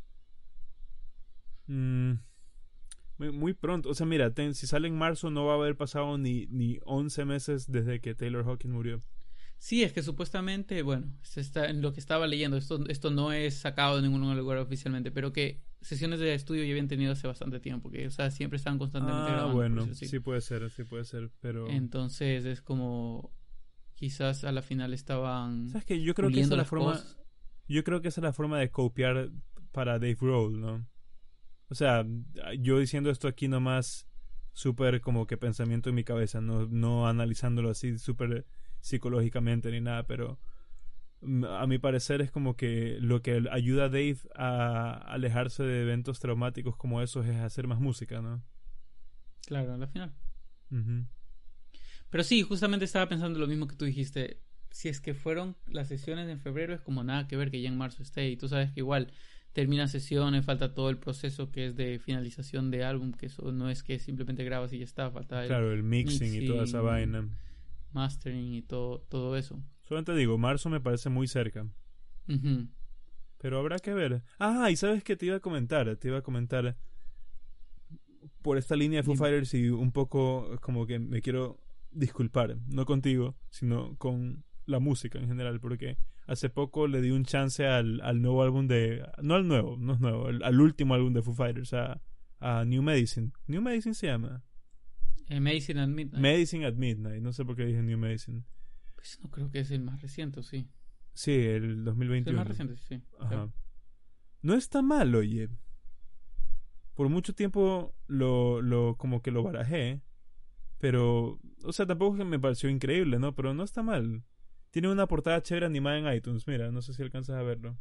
Mm, muy, muy pronto. O sea, mira, ten, si sale en marzo no va a haber pasado ni, ni once meses desde que Taylor Hawkins murió. Sí, es que supuestamente, bueno, se está, en lo que estaba leyendo, esto, esto no es sacado de ningún lugar oficialmente, pero que sesiones de estudio ya habían tenido hace bastante tiempo, que, o sea, siempre estaban constantemente ah, grabando. bueno, sí puede ser, sí puede ser, pero... Entonces es como, quizás a la final estaban... ¿Sabes qué? Yo creo que esa es la forma... Cosas. Yo creo que esa es la forma de copiar para Dave Grohl, ¿no? O sea, yo diciendo esto aquí nomás súper como que pensamiento en mi cabeza, no, no analizándolo así súper... psicológicamente ni nada, pero a mi parecer es como que lo que ayuda a Dave a alejarse de eventos traumáticos como esos es hacer más música, ¿no? Claro, al final. Uh-huh. Pero sí, justamente estaba pensando lo mismo que tú dijiste. Si es que fueron las sesiones en febrero, es como nada que ver que ya en marzo esté. Y tú sabes que igual terminan sesiones, falta todo el proceso que es de finalización de álbum, que eso no es que simplemente grabas y ya está, falta Claro, el el mixing, mixing y toda esa vaina. Mastering y todo, todo eso. Solamente digo, marzo me parece muy cerca. Uh-huh. Pero habrá que ver. Ah, y sabes que te iba a comentar, te iba a comentar por esta línea de Foo Fighters y un poco como que me quiero disculpar, no contigo, sino con la música en general, porque hace poco le di un chance al, al nuevo álbum de... No al nuevo, no es nuevo, al, al último álbum de Foo Fighters, a, a New Medicine. New Medicine se llama. Eh, Medicine at Midnight. Medicine at Midnight, no sé por qué dije New Medicine. Pues no creo que es el más reciente, sí. Sí, el dos mil veintiuno. Es el más reciente, sí. Ajá. Claro. No está mal, oye. Por mucho tiempo lo, lo como que lo barajé, pero, o sea, tampoco es que me pareció increíble, ¿no? Pero no está mal. Tiene una portada chévere animada en iTunes, mira, no sé si alcanzas a verlo.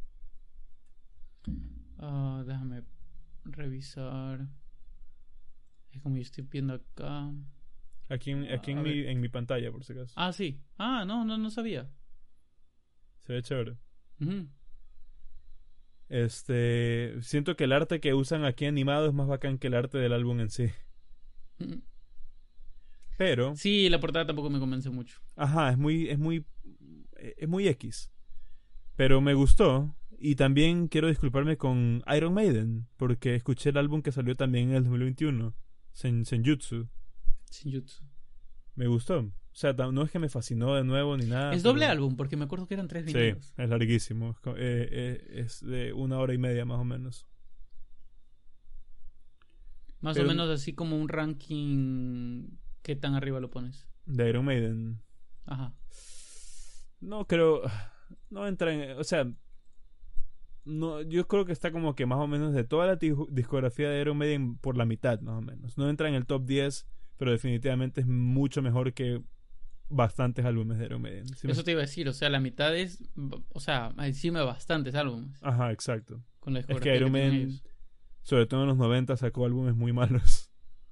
Uh, déjame revisar. Es como yo estoy viendo acá. Aquí, en, aquí en, mi, en mi pantalla, por si acaso. Ah, sí. Ah, no, no, no sabía. Se ve chévere. Uh-huh. Este, siento que el arte que usan aquí animado es más bacán que el arte del álbum en sí. Uh-huh. Pero sí, la portada tampoco me convence mucho. Ajá, es muy es muy es muy X. Pero me gustó y también quiero disculparme con Iron Maiden porque escuché el álbum que salió también en el dos mil veintiuno, Sen, Senjutsu. Senjutsu. Me gustó. O sea, no es que me fascinó de nuevo ni nada. Es pero... doble álbum, porque me acuerdo que eran tres vinilos. Sí, es larguísimo. Es, eh, eh, es de una hora y media más o menos. Más pero... o menos así como un ranking. ¿Qué tan arriba lo pones? De Iron Maiden. Ajá. No creo. No entra en. O sea. No, yo creo que está como que más o menos de toda la discografía de Iron Maiden por la mitad, más o menos. No entra en el top diez, pero definitivamente es mucho mejor que bastantes álbumes de Iron Maiden. ¿Sí? Eso me... te iba a decir, o sea, la mitad es, o sea, encima de bastantes álbumes. Ajá, exacto. Con la es que Iron Maiden, sobre todo en los noventa, sacó álbumes muy malos.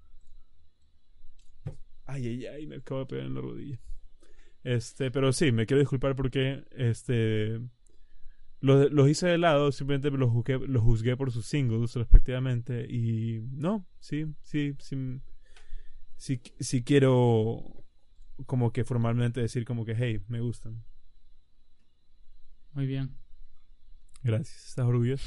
Ay, ay, ay, me acabo de pegar en la rodilla. Este, pero sí, me quiero disculpar porque este los, los hice de lado, simplemente los juzgué, los juzgué por sus singles respectivamente y no, sí, sí, sí, sí, sí quiero como que formalmente decir como que hey, me gustan. Muy bien. Gracias, ¿estás orgulloso?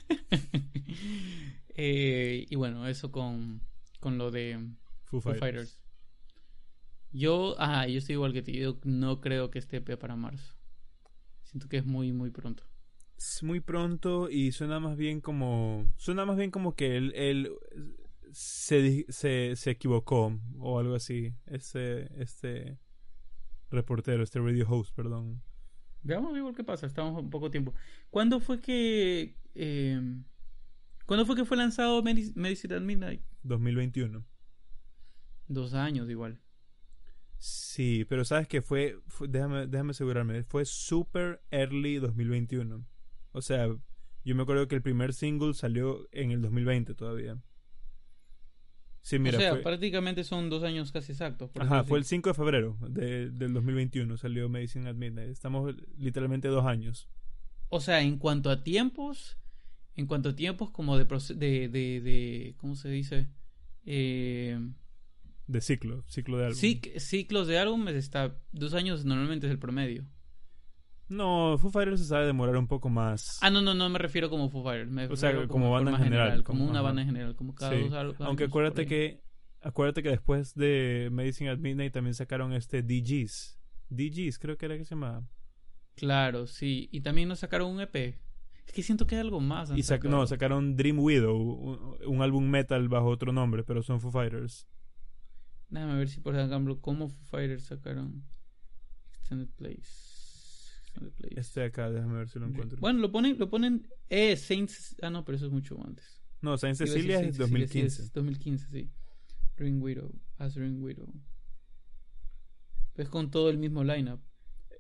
eh, y bueno, eso con, con lo de Foo, Foo Fighters. Fighters. Yo, ajá, yo estoy igual que ti. Yo no creo que esté para marzo. Siento que es muy, muy pronto. Es muy pronto y suena más bien como. Suena más bien como que él, él se, se, se equivocó o algo así. Este, este reportero, este radio host, perdón. Veamos igual qué pasa. Estamos un poco tiempo. ¿Cuándo fue que. Eh, ¿Cuándo fue que fue lanzado Medicine at Midnight? dos mil veintiuno. Dos años igual. Sí, pero sabes que fue, fue déjame, déjame asegurarme, fue super early dos mil veintiuno. O sea, yo me acuerdo que el primer single salió en el dos mil veinte todavía. Sí, mira, o sea, fue, prácticamente son dos años casi exactos. Ajá, fue el cinco de febrero de, del dos mil veintiuno salió Medicine at Midnight. Estamos literalmente dos años. O sea, en cuanto a tiempos, en cuanto a tiempos como de, de, de, de ¿cómo se dice? Eh... De ciclo, ciclo de álbum. Sí, ciclos de álbumes está dos años normalmente es el promedio. No, Foo Fighters se sabe demorar un poco más. Ah, no, no, no me refiero como Foo Fighters. Me o sea, como, como banda en general. general como, como una ajá. banda en general, como cada sí. dos años. Aunque acuérdate que, acuérdate que después de Medicine at Midnight también sacaron este D Gs. D Gs, creo que era que se llamaba. Claro, sí. Y también nos sacaron un E P. Es que siento que hay algo más. Y sac no, sacaron Dream Widow, un, un álbum metal bajo otro nombre, pero son Foo Fighters. Déjame ver si por ejemplo cómo Foo Fighters sacaron Extended Plays. Extended Plays. Este de acá, déjame ver si lo encuentro. Bueno, lo ponen, lo ponen eh Saints, ah no, pero eso es mucho antes. No, Saint Cecilia es dos mil quince. Sí, es dos mil quince, sí. Ring Widow, as Ring Widow. Pues con todo el mismo lineup.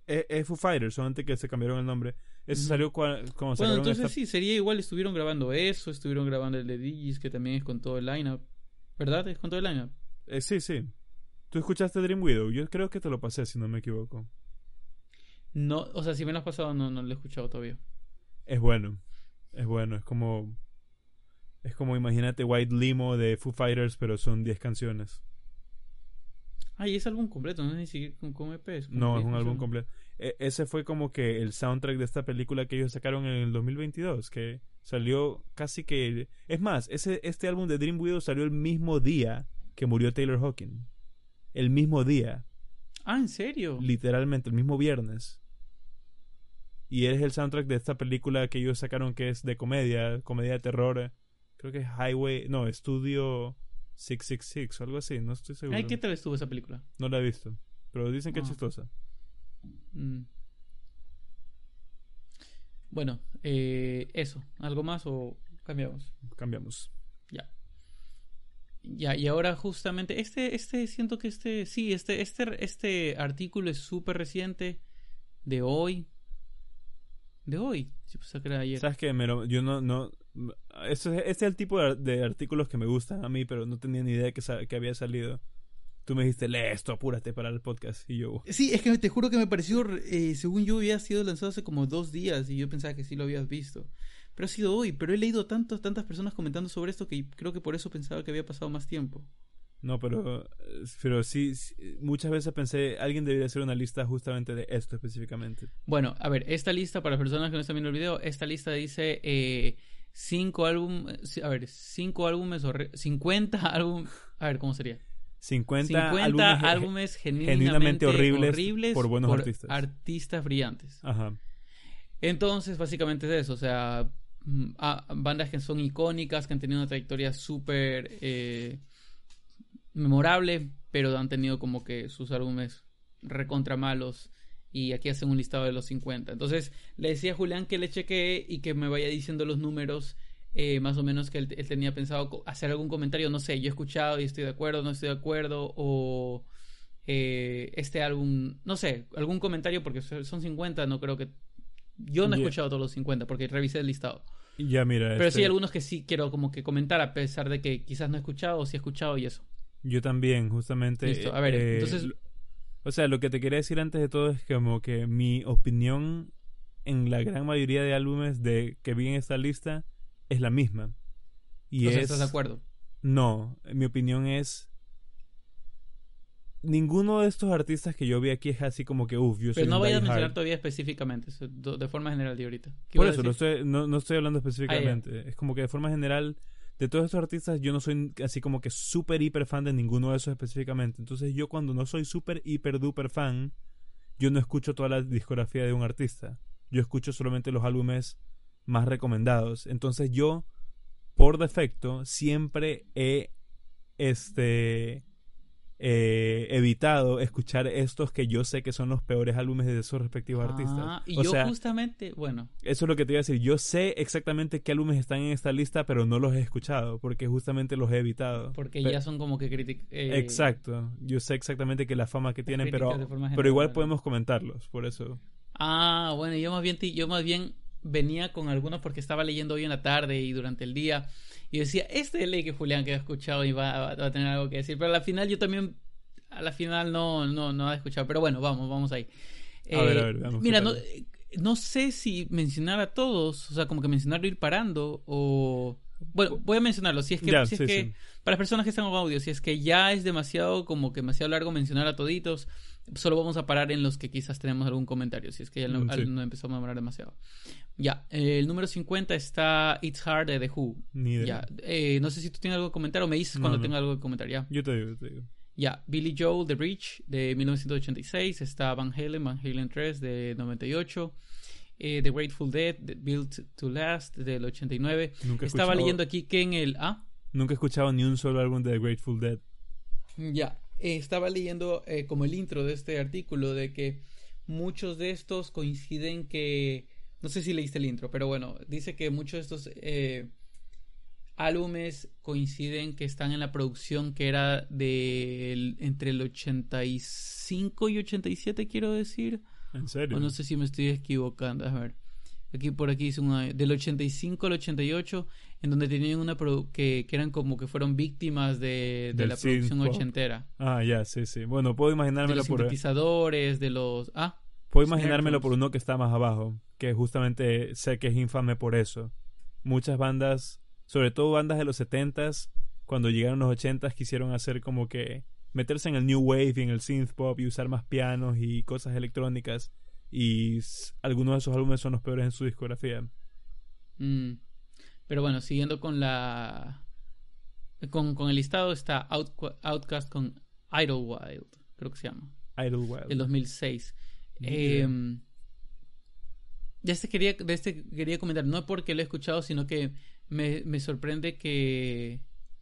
es, es Foo Fighters, solamente que se cambiaron el nombre. Eso Ujú. salió cua- cuando Bueno, sacaron entonces esta... sí, sería igual, estuvieron grabando eso, estuvieron grabando el de Digis, que también es con todo el lineup. ¿Verdad? Es con todo el lineup. Eh, sí, sí. ¿Tú escuchaste Dream Widow? Yo creo que te lo pasé, si no me equivoco. No, o sea, si me lo has pasado, no, no lo he escuchado todavía. Es bueno. Es bueno. Es como... Es como, imagínate, White Limo de Foo Fighters, pero son diez canciones. Ah, y es álbum completo, no es ni siquiera con, con E P. Es como No, es diez un álbum canciones. completo. E- ese fue como que el soundtrack de esta película que ellos sacaron en el dos mil veintidós, que salió casi que... Es más, ese, este álbum de Dream Widow salió el mismo día que murió Taylor Hawkins. El mismo día. Ah, ¿en serio? Literalmente, el mismo viernes. Y es el soundtrack de esta película que ellos sacaron que es de comedia, comedia de terror. Creo que es Highway... No, Estudio seiscientos sesenta y seis o algo así, no estoy seguro. Ay, ¿qué tal estuvo esa película? No la he visto, pero dicen que es Ah. chistosa. Mm. Bueno, eh, eso. ¿Algo más o cambiamos? Cambiamos. Ya. Ya, y ahora justamente, este, este, siento que este, sí, este, este, este artículo es súper reciente, de hoy. De hoy, sí, pues que era ayer. ¿Sabes qué? Me lo- yo no... no este, este es el tipo de, de artículos que me gustan a mí, pero no tenía ni idea que, sa- que había salido. Tú me dijiste, lee esto, apúrate para el podcast. Y yo... Sí, es que te juro que me pareció, eh, según yo, había sido lanzado hace como dos días y yo pensaba que sí lo habías visto. Pero ha sido hoy, pero he leído tantos, tantas personas comentando sobre esto que creo que por eso pensaba que había pasado más tiempo. No, pero, pero sí, sí, muchas veces pensé, alguien debería hacer una lista justamente de esto específicamente. Bueno, a ver, esta lista, para las personas que no están viendo el video, esta lista dice eh, cinco álbumes, a ver, cinco álbumes, horri- cincuenta álbumes, a ver, ¿cómo sería? cincuenta, cincuenta álbumes, álbumes genuinamente, genuinamente horribles, horribles por buenos por artistas. artistas brillantes. Ajá. Entonces, básicamente es eso, o sea, mm, a- bandas que son icónicas, que han tenido una trayectoria súper eh, memorable, pero han tenido como que sus álbumes recontra malos. Y aquí hacen un listado de los cincuenta. Entonces, le decía a Julián que le chequee y que me vaya diciendo los números, eh, más o menos que él, él tenía pensado co- hacer algún comentario. No sé, yo he escuchado y estoy de acuerdo, no estoy de acuerdo, o eh, este álbum, no sé, algún comentario, porque son cincuenta, no creo que... Yo no he Yeah. escuchado todos los cincuenta porque revisé el listado. Y ya mira, Pero este, sí hay algunos que sí quiero como que comentar, a pesar de que quizás no he escuchado o sí he escuchado y eso. yo también, justamente. Listo, a ver, eh, entonces... lo- O sea, lo que te quería decir antes de todo es que como que mi opinión en la gran mayoría de álbumes de que vi en esta lista es la misma. Y o sea, es... ¿estás de acuerdo? No, mi opinión es... Ninguno de estos artistas que yo vi aquí es así como que, uff, yo soy Pero no un vayas a die mencionar hard. todavía específicamente, eso, do- de forma general de ahorita. ¿Qué Por ibas a eso, no decir? estoy, no, no estoy hablando Ah, específicamente. Es como que de forma general, de todos estos artistas, yo no soy así como que súper hiper fan de ninguno de esos específicamente. Entonces yo cuando no soy súper hiper duper fan, yo no escucho toda la discografía de un artista. Yo escucho solamente los álbumes más recomendados. Entonces yo, por defecto, siempre he este eh, evitado escuchar estos que yo sé que son los peores álbumes de esos respectivos Ah, artistas. y O yo sea, justamente, bueno, eso es lo que te iba a decir. Yo sé exactamente qué álbumes están en esta lista, pero no los he escuchado porque justamente los he evitado. porque Pe- ya son como que critic eh, Exacto. Yo sé exactamente que la fama que las tienen, críticas pero de forma pero igual general. podemos comentarlos, por eso. Ah, bueno, yo más bien te- yo más bien venía con algunos porque estaba leyendo hoy en la tarde y durante el día y decía, este es ley que Julián que ha escuchado y va, va- va a tener algo que decir, pero a la final yo también a la final no no no he escuchado, pero bueno, vamos, vamos ahí. A ver, a Eh, ver, veamos mira, qué no, tal. eh, no sé si mencionar a todos, o sea, como que mencionarlo ir parando o bueno, voy a mencionarlo, si es que Ya, si es sí, que sí. para las personas que están con audio, si es que ya es demasiado como que demasiado largo mencionar a toditos, solo vamos a parar en los que quizás tenemos algún comentario, si es que ya no, Mm, sí. no empezamos a demorar demasiado. Ya, eh, el número cincuenta está It's Hard de The Who. Ni idea. Ya, eh, no sé si tú tienes algo que comentar o me dices No, cuando no. tenga algo que comentar, ya. Yo te digo, yo te digo. Ya, Billy Joel, The Bridge, de mil novecientos ochenta y seis. Está Van Halen, Van Halen tres, de noventa y ocho. Eh, The Grateful Dead, The Built to Last, del ochenta y nueve. Nunca he Estaba escuchado- leyendo aquí que en el... Ah, Nunca he escuchado ni un solo álbum de The Grateful Dead. ya. Eh, estaba leyendo eh, como el intro de este artículo de que muchos de estos coinciden que... No sé si leíste el intro, pero bueno, dice que muchos de estos... Eh, álbumes coinciden que están en la producción que era de el- entre el ochenta y cinco y ochenta y siete, quiero decir, ¿En serio? O no sé si me estoy equivocando. A ver. Aquí por aquí dice una del ochenta y cinco al ochenta y ocho, en donde tenían una produ- que, que eran como que fueron víctimas de, de Del la producción synth pop. ochentera. Ah, ya, sí, sí. Bueno, puedo De imaginármelo los por... sintetizadores, de los... Ah, Puedo snare imaginármelo por drums. uno que está más abajo, que justamente sé que es infame por eso. Muchas bandas, sobre todo bandas de los setentas, cuando llegaron los ochentas quisieron hacer como que meterse en el new wave y en el synth pop y usar más pianos y cosas electrónicas, y s- algunos de esos álbumes son los peores en su discografía. Mm. Pero bueno, siguiendo con la... Con, con el listado está Out- Outcast con Idlewild, creo que se llama, Idlewild. del dos mil seis. Ni idea. Eh, de este quería, de este quería comentar, no porque lo he escuchado, sino que me, me sorprende que...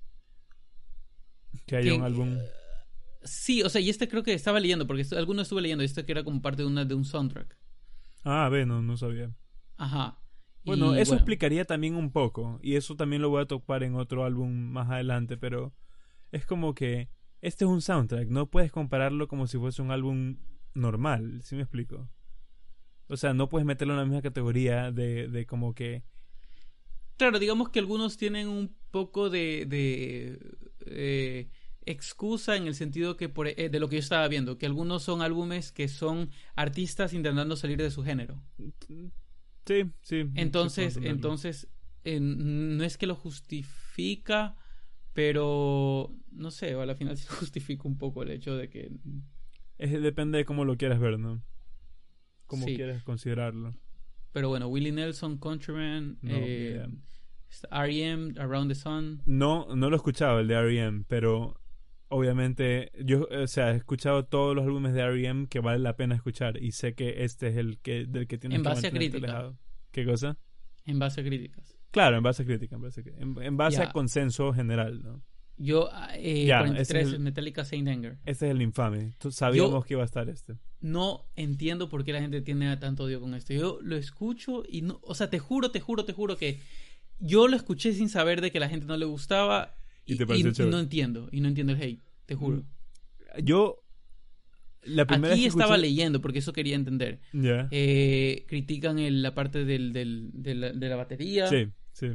Que haya que un álbum... sí, o sea, y este creo que estaba leyendo, porque esto- alguno estuve leyendo, y este que era como parte de, una, de un soundtrack. Ah, ve, no, no sabía. Ajá. Bueno, Y eso bueno, explicaría también un poco, y eso también lo voy a topar en otro álbum más adelante, pero es como que este es un soundtrack, no puedes compararlo como si fuese un álbum normal, ¿sí me explico? O sea, no puedes meterlo en la misma categoría de, de como que... claro, digamos que algunos tienen un poco de, de eh, excusa en el sentido que por, eh, de lo que yo estaba viendo, que algunos son álbumes que son artistas intentando salir de su género. Sí, sí. Entonces, sí puedo entenderlo. entonces eh, no es que lo justifica, pero no sé, a la final sí justifica un poco el hecho de que Es, depende de cómo lo quieras ver, ¿no? Cómo sí. quieres considerarlo. Pero bueno, Willie Nelson, Countryman, No, eh, idea. R E M, Around the Sun. No, no lo he escuchado el de R E M, pero obviamente yo, o sea, he escuchado todos los álbumes de R E M que vale la pena escuchar y sé que este es el que del que tienes En que base a mantenerte crítica. alejado. ¿Qué cosa? En base a críticas. Claro, en base a crítica, en base a, en, en base Ya. a consenso general, ¿no? Yo, eh, Ya, cuarenta y tres ese es es el- Metallica Saint Anger. Este es el infame. Tú- Sabíamos Yo que iba a estar este. no entiendo por qué la gente tiene tanto odio con esto. Yo lo escucho y no, o sea, te juro, te juro, te juro que yo lo escuché sin saber de que a la gente no le gustaba Y y, te pareció y- y chévere. no entiendo, y no entiendo el hate, te juro. Yo la primera Aquí vez que estaba escuché- leyendo porque eso quería entender. Ya. Eh, critican el- la parte del, del- de, la, de la batería. Sí, sí.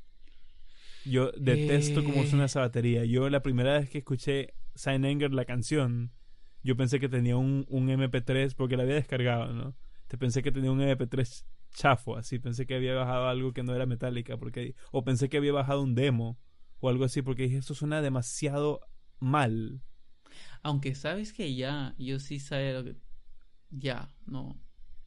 Yo detesto cómo suena Eh, esa batería. Yo la primera vez que escuché Saint Anger, la canción, yo pensé que tenía un, un M P tres porque la había descargado, ¿no? Te pensé que tenía un M P tres chafo, así. Pensé que había bajado algo que no era Metallica, porque o pensé que había bajado un demo o algo así, porque dije, esto suena demasiado mal. Aunque sabes que ya, yo sí sé lo que... Ya, no.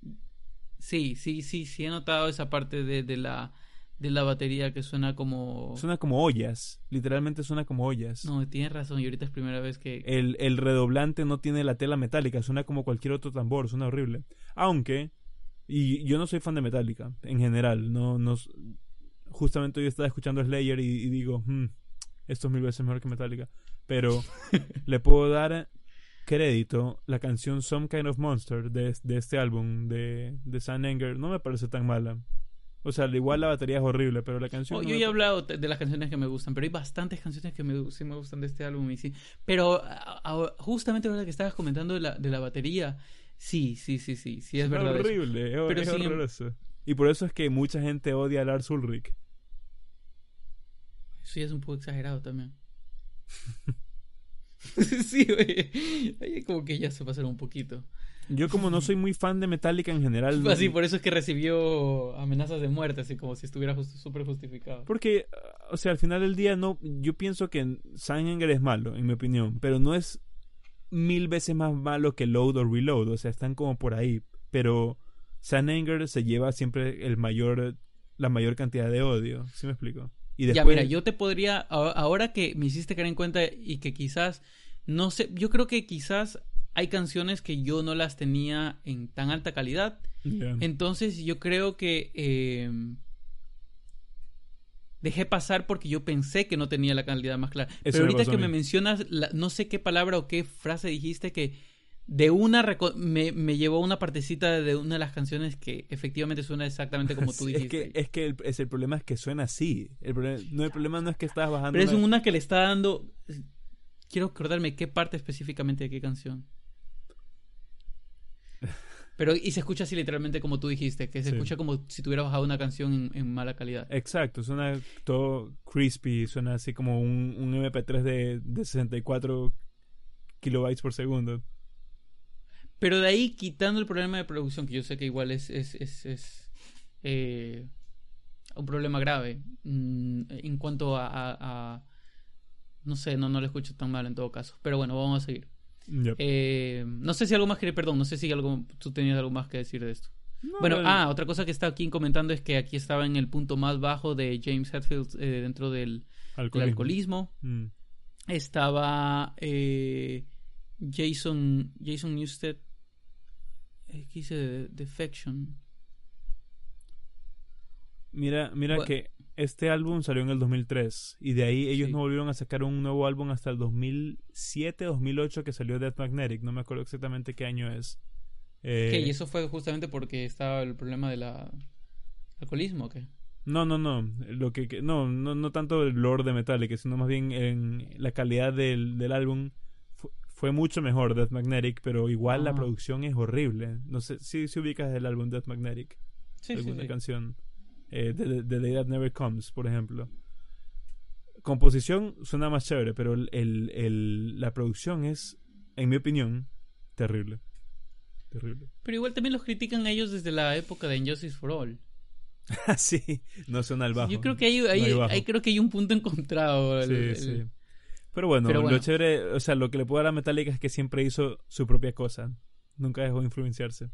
Sí, sí, sí, sí he notado esa parte de, de la de la batería que suena como... Suena como ollas, literalmente suena como ollas. No, tienes razón, y ahorita es primera vez que... El, el redoblante no tiene la tela metálica, suena como cualquier otro tambor, suena horrible. Aunque, y yo no soy fan de Metallica, en general, no, no justamente hoy estaba escuchando Slayer y, y digo, hmm, esto es mil veces mejor que Metallica. Pero le puedo dar crédito, la canción Some Kind of Monster de, de este álbum de, de Saint Anger no me parece tan mala. O sea, igual la batería es horrible, pero la canción... Oh, no yo me ya he pa- hablado de las canciones que me gustan, pero hay bastantes canciones que me, sí me gustan de este álbum. Y sí. Pero a- a- justamente ahora que estabas comentando de la, de la batería, sí, sí, sí, sí, sí, es suena verdad. eso. horrible, es, Pero es sin em- horroroso. Y por eso es que mucha gente odia a Lars Ulrich. Eso ya es un poco exagerado también. Sí, oye, oye, como que ya se pasaron un poquito. Yo como no soy muy fan de Metallica en general, no- Así, por eso es que recibió amenazas de muerte, así como si estuviera just- súper justificado. porque, o sea, al final del día no, yo pienso que Saint Anger es malo, en mi opinión, pero no es mil veces más malo que Load o Reload, o sea, están como por ahí, pero Saint Anger se lleva siempre el mayor, la mayor cantidad de odio, ¿sí me explico? Y Ya, después, mira, yo te podría, a- ahora que me hiciste caer en cuenta y que quizás, no sé, yo creo que quizás hay canciones que yo no las tenía en tan alta calidad. Ya. Entonces yo creo que eh, dejé pasar porque yo pensé que no tenía la calidad más clara. Eso Pero me ahorita pasó a que mí. me mencionas, la- no sé qué palabra o qué frase dijiste que de una reco- me, me llevó a una partecita de una de las canciones que efectivamente suena exactamente como tú Sí, es dijiste. que, es que el, es el problema es que suena así. El problema no, el problema no es que estás bajando. Pero es una- una que le está dando... Quiero acordarme qué parte específicamente de qué canción. Pero, y se escucha así literalmente como tú dijiste, que se Sí. escucha como si tuviera bajado una canción en, en mala calidad. Exacto, suena todo crispy, suena así como un, un eme pe tres de, de sesenta y cuatro kilobytes por segundo. Pero de ahí, quitando el problema de producción, que yo sé que igual es, es, es, es eh, un problema grave, mm, en cuanto a, a, a- no sé, no, no lo escucho tan mal en todo caso. Pero bueno, vamos a seguir. Yep. Eh, no sé si algo más que, perdón, no sé si algo, tú tenías algo más que decir de esto. No, Bueno, el- ah, otra cosa que está aquí comentando es que aquí estaba en el punto más bajo de James Hetfield eh, dentro del, del alcoholismo. Mm. Estaba eh, Jason Jason Newsted. eh, ¿Qué dice de Defection? Mira, mira Bueno, que este álbum salió en el dos mil tres y de ahí ellos sí. no volvieron a sacar un nuevo álbum hasta el dos mil siete, dos mil ocho que salió Death Magnetic, no me acuerdo exactamente qué año es. Eh, ¿Qué? ¿Y eso fue justamente porque estaba el problema del alcoholismo o qué? No, no, no, lo que, que- no, no, no tanto el lore de Metallica, sino más bien en la calidad del, del álbum fu- fue mucho mejor Death Magnetic, pero igual la Ah, producción es horrible. No sé si, si ubicas el álbum Death Magnetic, sí, sí, alguna sí. canción eh, de, de The Day That Never Comes, por ejemplo. Composición suena más chévere, pero el, el, el- la producción es, en mi opinión, terrible. Terrible. Pero igual también los critican a ellos desde la época de Injustice for All. Sí, no suena al bajo. Yo creo que hay, No hay hay, bajo. hay- creo que hay un punto encontrado. el- Sí, el- sí. Pero bueno, Pero lo bueno, chévere, o sea, lo que le puedo dar a Metallica es que siempre hizo su propia cosa. Nunca dejó de influenciarse.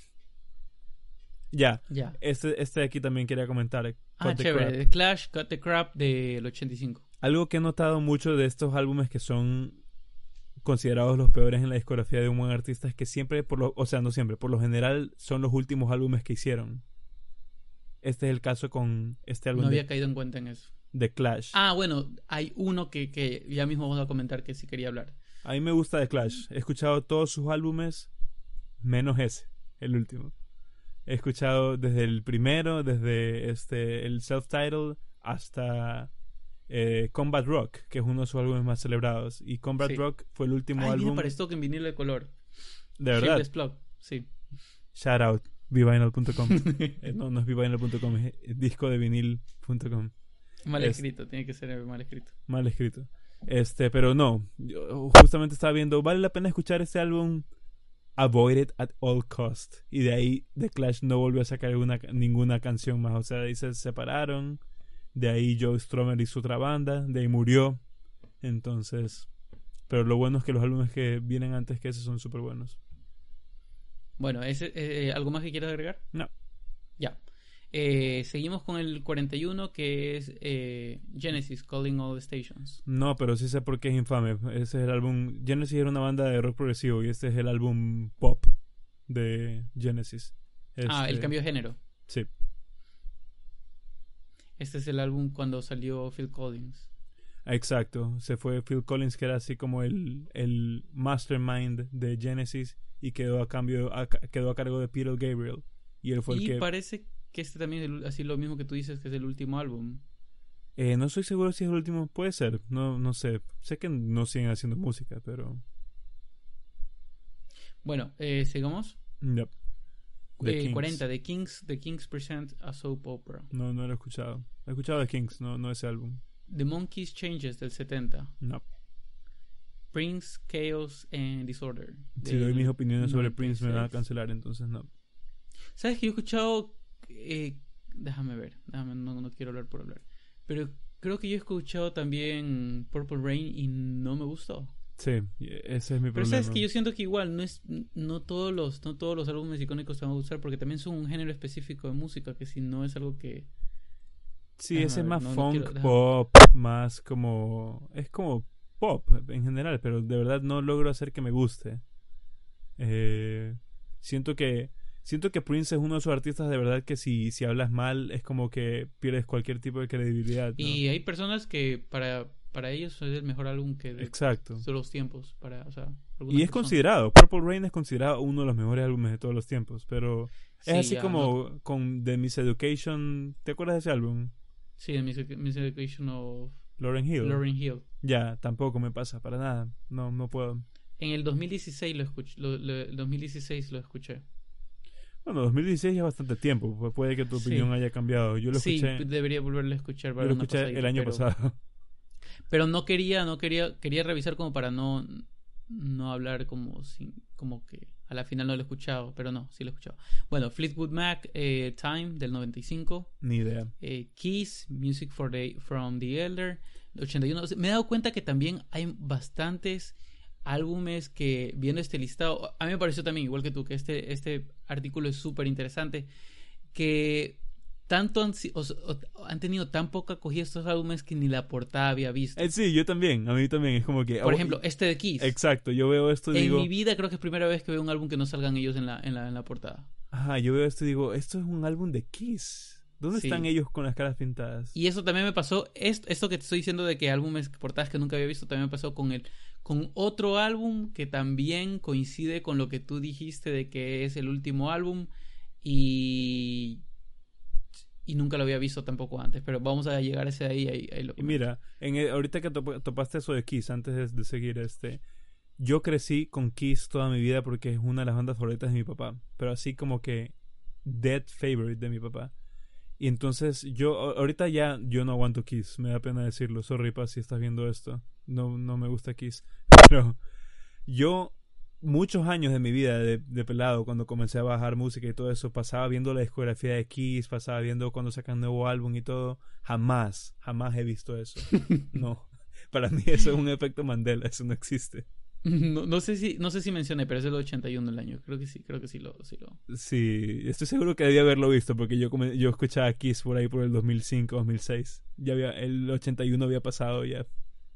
Ya, ya. este, este de aquí también quería comentar. Ah, Cut the chévere. Crap. The Clash, Cut the Crap del ochenta y cinco. Algo que he notado mucho de estos álbumes que son considerados los peores en la discografía de un buen artista es que siempre, por lo, o sea, no siempre, por lo general son los últimos álbumes que hicieron. Este es el caso con este álbum No de, había caído en cuenta en eso. de Clash. Ah, bueno, hay uno que, que ya mismo vamos a comentar que sí quería hablar. A mí me gusta The Clash. He escuchado todos sus álbumes, menos ese, el último. He escuchado desde el primero, desde este el self-titled hasta eh, Combat Rock, que es uno de sus álbumes más celebrados. Y Combat Sí. Rock fue el último Ay, álbum. viene para esto que en vinilo de color. De verdad. Shameless Plug, sí. Shout out, vinyl punto com. eh, no, no es vinyl punto com, es disco de vinil punto com. Mal Es- escrito, tiene que ser mal escrito. Mal escrito. Este, pero no. Yo justamente estaba viendo, ¿vale la pena escuchar este álbum? Avoid it at all cost. Y de ahí The Clash no volvió a sacar una, ninguna canción más. O sea, de ahí se separaron. De ahí Joe Strummer hizo otra banda. De ahí murió. Entonces. Pero lo bueno es que los álbumes que vienen antes que ese son súper buenos. Bueno, ese, eh, ¿algo más que quieras agregar? No. Ya. Eh, seguimos con el cuarenta y uno que es eh, Genesis, Calling All the Stations. No, pero sí sé por qué es infame. Ese es el álbum. Genesis era una banda de rock progresivo. Y este es el álbum pop de Genesis. Ah, el Este, cambio de género. Sí. Este es el álbum cuando salió Phil Collins. Exacto, se fue Phil Collins, que era así como el, el mastermind de Genesis, y quedó a cambio a, quedó a cargo de Peter Gabriel, y él fue el Y que parece que este también es el- así lo mismo que tú dices, que es el último álbum. eh, no estoy seguro si es el último, puede ser, no no sé, sé que no siguen haciendo música, pero Bueno, eh, sigamos. yep. The Eh, Kings. cuarenta, The Kings, The Kings Present a Soap Opera. No, no lo he escuchado. He escuchado The Kings, no, no ese álbum. The Monkeys Changes del setenta. No. Prince, Chaos and Disorder. Si doy del mis opiniones sobre Prince me van a noventa y seis. cancelar, entonces no. ¿Sabes que yo he escuchado? Eh, déjame ver, déjame, no, no quiero hablar por hablar. Pero creo que yo he escuchado también Purple Rain y no me gustó. Sí, ese es mi Pero problema. sabes que yo siento que igual no es no todos los no todos los álbumes icónicos te van a gustar porque también son un género específico de música que si no es algo que Sí, déjame ese es ver, más no, no funk, quiero- déjame- pop, más como... Es como pop en general, pero de verdad no logro hacer que me guste. Eh, siento que siento que Prince es uno de esos artistas de verdad que si, si hablas mal es como que pierdes cualquier tipo de credibilidad, ¿no? Y hay personas que para para ellos es el mejor álbum que de Exacto. todos los tiempos para, o sea, algunas Y es personas. considerado, Purple Rain es considerado uno de los mejores álbumes de todos los tiempos, pero Sí, es así ya, como no- con The Miseducation, ¿te acuerdas de ese álbum? sí, en Mis- Miseducation of Lauryn Hill. Lauryn Hill. Ya, tampoco me pasa para nada. No, no puedo. En el dos mil dieciséis lo escuché, lo, lo- el dos mil dieciséis lo escuché. Bueno, dos mil dieciséis ya es bastante tiempo. Pu- Puede que tu opinión Sí. haya cambiado. Yo lo Sí, escuché, debería volverlo a escuchar yo para lo una escuché pasadita, el año pero, pasado. pero no quería, no quería, quería revisar como para no, no hablar como sin, como que a la final no lo he escuchado, pero no, sí lo he escuchado. Bueno, Fleetwood Mac, eh, Time del noventa y cinco, Ni idea. eh, Kiss, Music for the, from the Elder, ochenta y uno. O sea, me he dado cuenta que también hay bastantes álbumes que, viendo este listado, a mí me pareció también, igual que tú, que este, este artículo es súper interesante, que tanto han, si- o s- o- han tenido tan poca acogida estos álbumes que ni la portada había visto. Eh, sí, yo también. A mí también. Es como que... Por oh, ejemplo, este de Kiss. exacto. Yo veo esto y En digo... mi vida creo que es primera vez que veo un álbum que no salgan ellos en la, en la, en la portada. Ajá, yo veo esto y digo, esto es un álbum de Kiss. ¿Dónde Sí. están ellos con las caras pintadas? Y eso también me pasó, esto, esto que te estoy diciendo de que álbumes, portadas que nunca había visto, también me pasó con el, con otro álbum que también coincide con lo que tú dijiste de que es el último álbum y, y nunca lo había visto tampoco antes, pero vamos a llegar a ese ahí, ahí, ahí lo Y comento. mira, en el- ahorita que top- topaste eso de Kiss, antes de, de seguir este... Yo crecí con Kiss toda mi vida porque es una de las bandas favoritas de mi papá. Pero así como que... Dead favorite de mi papá. Y entonces yo... a- Ahorita ya yo no aguanto Kiss. Me da pena decirlo. Sorry, pa, si estás viendo esto. No, no me gusta Kiss. Pero... Yo... Muchos años de mi vida de, de pelado, cuando comencé a bajar música y todo eso, pasaba viendo la discografía de Kiss, pasaba viendo cuando sacan nuevo álbum y todo. Jamás, jamás he visto eso. No. Para mí eso es un efecto Mandela. Eso no existe. No, no sé si no sé si mencioné, pero es del ochenta y uno el año. Creo que sí, creo que sí lo, sí lo. Sí, estoy seguro que debía haberlo visto porque yo come- yo escuchaba Kiss por ahí por el dos mil cinco, dos mil seis. Ya había el ochenta y uno había pasado ya.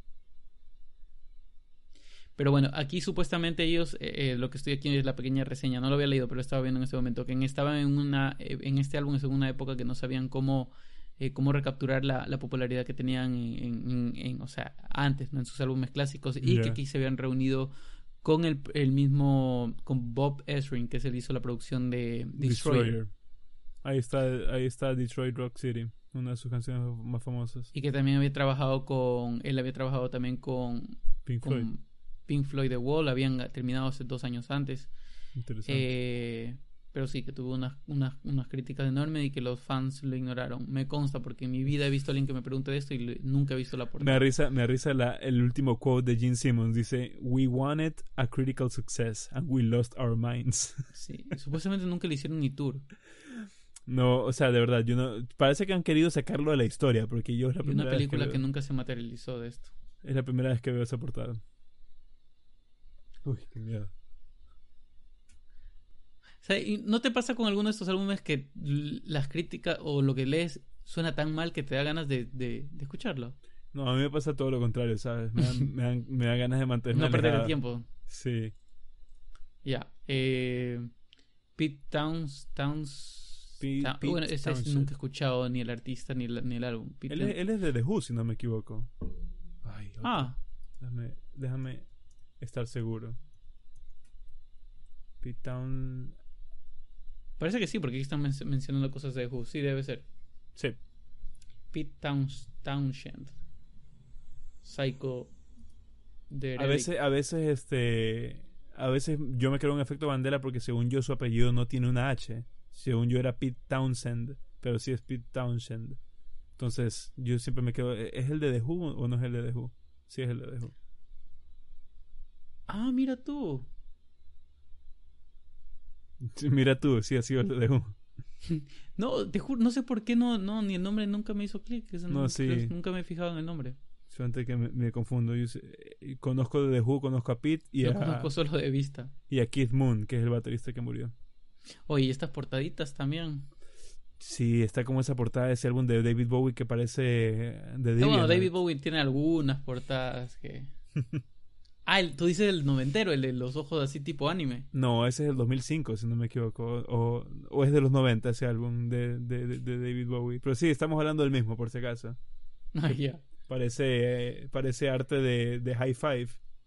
Pero bueno, aquí supuestamente ellos, eh, eh, lo que estoy aquí es la pequeña reseña, no lo había leído, pero lo estaba viendo en este momento, que en- estaban en una, eh, en este álbum es en una época que no sabían cómo, eh, cómo recapturar la, la popularidad que tenían en, en- en- o sea, antes, ¿no? En sus álbumes clásicos, y Ya. que aquí se habían reunido con el, el mismo, con Bob Ezrin, que es el hizo la producción de Destroyer. Destroyer. Ahí está, ahí está Detroit Rock City, una de sus canciones más famosas. Y que también había trabajado con, él había trabajado también con, Pink con Floyd. Pink Floyd The Wall, habían terminado hace dos años antes. Interesante. Eh, pero sí, que tuvo unas, unas, unas críticas enormes y que los fans lo ignoraron. Me consta porque en mi vida he visto a alguien que me pregunte de esto y le- nunca he visto la Me da portada. risa, me da risa la, el último quote de Gene Simmons. Dice, we wanted a critical success and we lost our minds. Sí, supuestamente nunca le hicieron ni tour. No, o sea, de verdad, yo no... Parece que han querido sacarlo de la historia porque yo es la Y primera una vez película que, que, veo, nunca se materializó de esto. es la primera vez que veo esa portada. Uy, qué miedo. O sea, ¿y no te pasa con alguno de estos álbumes que l- las críticas o lo que lees suena tan mal que te da ganas de, de, de escucharlo? No, a mí me pasa todo lo contrario, ¿sabes? Me dan, me dan, me da ganas de mantenerme No perder el alejado. tiempo. Sí. Ya. Eh, Pete Towns. Towns Pete- Town- Pete bueno, ese es- Townshend. nunca he escuchado ni el artista ni el, ni el álbum. Pete Él es, él es de The Who, si no me equivoco. Ay, otro. Ah, Déjame, déjame estar seguro. Pete Town... parece que sí, porque aquí están men- mencionando cosas de Who. Sí, debe ser. Sí. Pete Towns, Townshend. Psycho. De A veces, a veces, este... A veces yo me creo un efecto Mandela porque según yo su apellido no tiene una H. Según yo era Pete Townsend, pero sí es Pete Townshend. Entonces yo siempre me quedo... ¿Es el de The Who o no es el de The Who? Sí es el de The Who. Ah, mira tú. Mira tú, sí ha sido el de The Who. No, te juro, no sé por qué no, no, ni el nombre nunca me hizo clic. ese No, no- sí. creo- Nunca me he fijado en el nombre. Solamente que me, me confundo. Yo sé- eh, conozco de The Who, conozco a Pete y Lo a, conozco solo de vista. y a Keith Moon, que es el baterista que murió. Oye, y estas portaditas también. Sí, está como esa portada de ese álbum de David Bowie que parece eh, de Ah, Dillian. bueno, David Bowie tiene algunas portadas que... Ah, el- tú dices el noventero, el de los ojos así tipo anime. No, ese es el dos mil cinco, si no me equivoco. O, o es de los noventa ese álbum de, de, de- de David Bowie. Pero sí, estamos hablando del mismo, por si acaso. Ah, ya. Parece, eh, parece arte de, de High Five.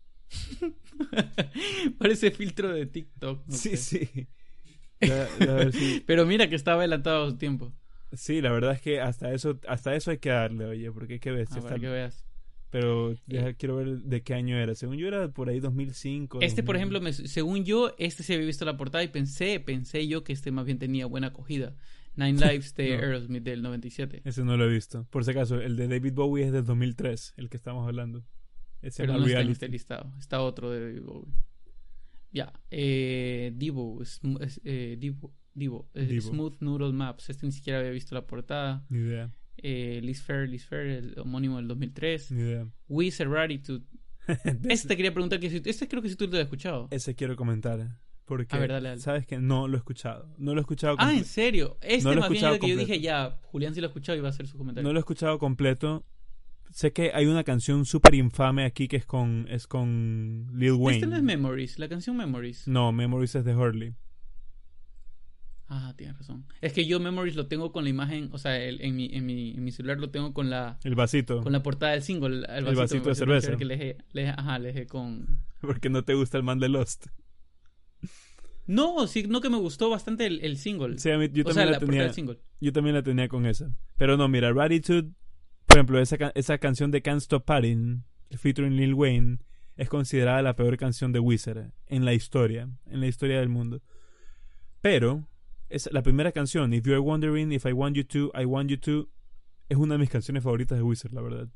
Parece filtro de TikTok. no Sí, sé. sí. La- la ver si- Pero mira que estaba adelantado a su tiempo. sí, la verdad es que hasta eso, hasta eso hay que darle, oye, porque qué bestia. Ah, Está, para que veas. Pero ya quiero ver de qué año era. Según yo era por ahí dos mil cinco. Este, dos mil. por ejemplo, me, según yo, este se había visto la portada y pensé, pensé yo que este más bien tenía buena acogida. Nine Lives de No. Aerosmith del noventa y siete. Ese no lo he visto. Por si acaso, el de David Bowie es del dos mil tres, el que estamos hablando. Ese Pero es no está en Reality. este listado. Está otro de David Bowie. Ya. Eh, Divo. Sm- es- eh, Divo. Divo. eh, Divo. Smooth Noodle Maps. Este ni siquiera había visto la portada. Ni idea. Eh, Liz Fair, Liz Fair, el homónimo del dos mil tres. Ni idea. We Attitude. De Este te quería preguntar que si, este creo que si tú lo has escuchado. Ese quiero comentar. Porque, A ver, dale, dale. sabes que no lo he escuchado. No lo he escuchado Ah, comple- ¿en serio? Este No lo he más bien escuchado era que yo completo. dije, ya, Julián sí lo ha escuchado y va a hacer su comentario. No lo he escuchado completo. Sé que hay una canción súper infame aquí que es con es con Lil Wayne. Este no es Memories, la canción Memories. No, Memories es de Hurley. Ah, tienes razón. Es que yo Memories lo tengo con la imagen, o sea, el- en, mi, en, mi, en mi celular lo tengo con la El vasito. con la portada del single, el, El vasito, vasito me de parece cerveza. chévere que le dejé, le dejé- ajá, le dejé con... Porque no te gusta el man de Lost. No, sí, no que me gustó bastante el, el single. Sí, a mí- yo o sea, también la la portada tenía. del single. Yo también la tenía con esa. Pero no, mira, Gratitude, por ejemplo, esa, ca- esa canción de Can't Stop Padding, featuring Lil Wayne, es considerada la peor canción de Wizard en la historia, en la historia del mundo. Pero, es la primera canción, If You're Wondering, If I Want You To, I Want You To, es una de mis canciones favoritas de Wizard, la verdad.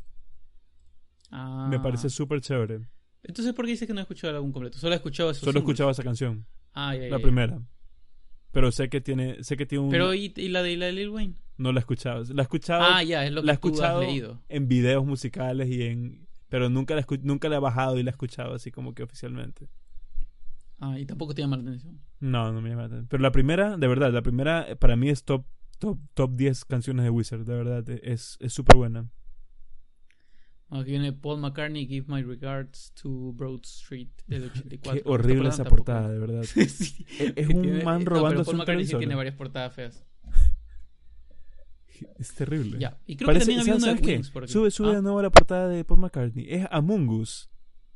Ah. Me parece súper chévere. Entonces, ¿por qué dices que no he escuchado el álbum completo? Solo he escuchado esos Solo singles. escuchaba esa canción, Ah, ya, ya, la ya. primera. Pero sé que tiene, sé que tiene un... Pero, ¿y, y la de, y la de Lil Wayne? No la he escuchado. La he escuchado... Ah, ya, es lo que la he tú escuchado has leído. en videos musicales y en pero nunca la escu- nunca la he bajado y la he escuchado así como que oficialmente. Ah, y tampoco te llama la atención. No, no me llama la atención. Pero la primera, de verdad, la primera eh, para mí es top top top diez canciones de Wizard, de verdad, eh, es es súper buena. Aquí viene Paul McCartney, Give My Regards to Broad Street del ochenta y cuatro. Qué horrible esa Tampoco- portada, de verdad. Sí. Es, es Que un tiene- man no, robando pero su Paul McCartney sí televisor. tiene varias portadas feas. Es terrible. Ya. Y creo Parece- que también había ¿sabes- uno de sabes qué? Wings por aquí. Sube, sube ¿Ah? de nuevo la portada de Paul McCartney. Es Among Us.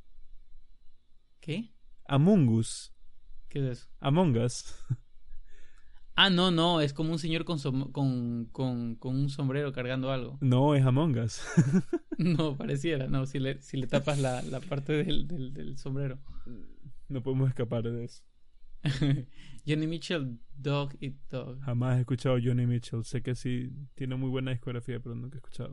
¿Qué? Among Us. ¿Qué es eso? Among Us. Ah, no, no, es como un señor con, som- con, con, con un sombrero cargando algo. No, es Among Us. No, pareciera, no, si le, si le tapas la, la parte del, del, del sombrero. No podemos escapar de eso. Johnny Mitchell, Dog Eat Dog. Jamás he escuchado a Johnny Mitchell. Sé que sí tiene muy buena discografía, pero nunca he escuchado.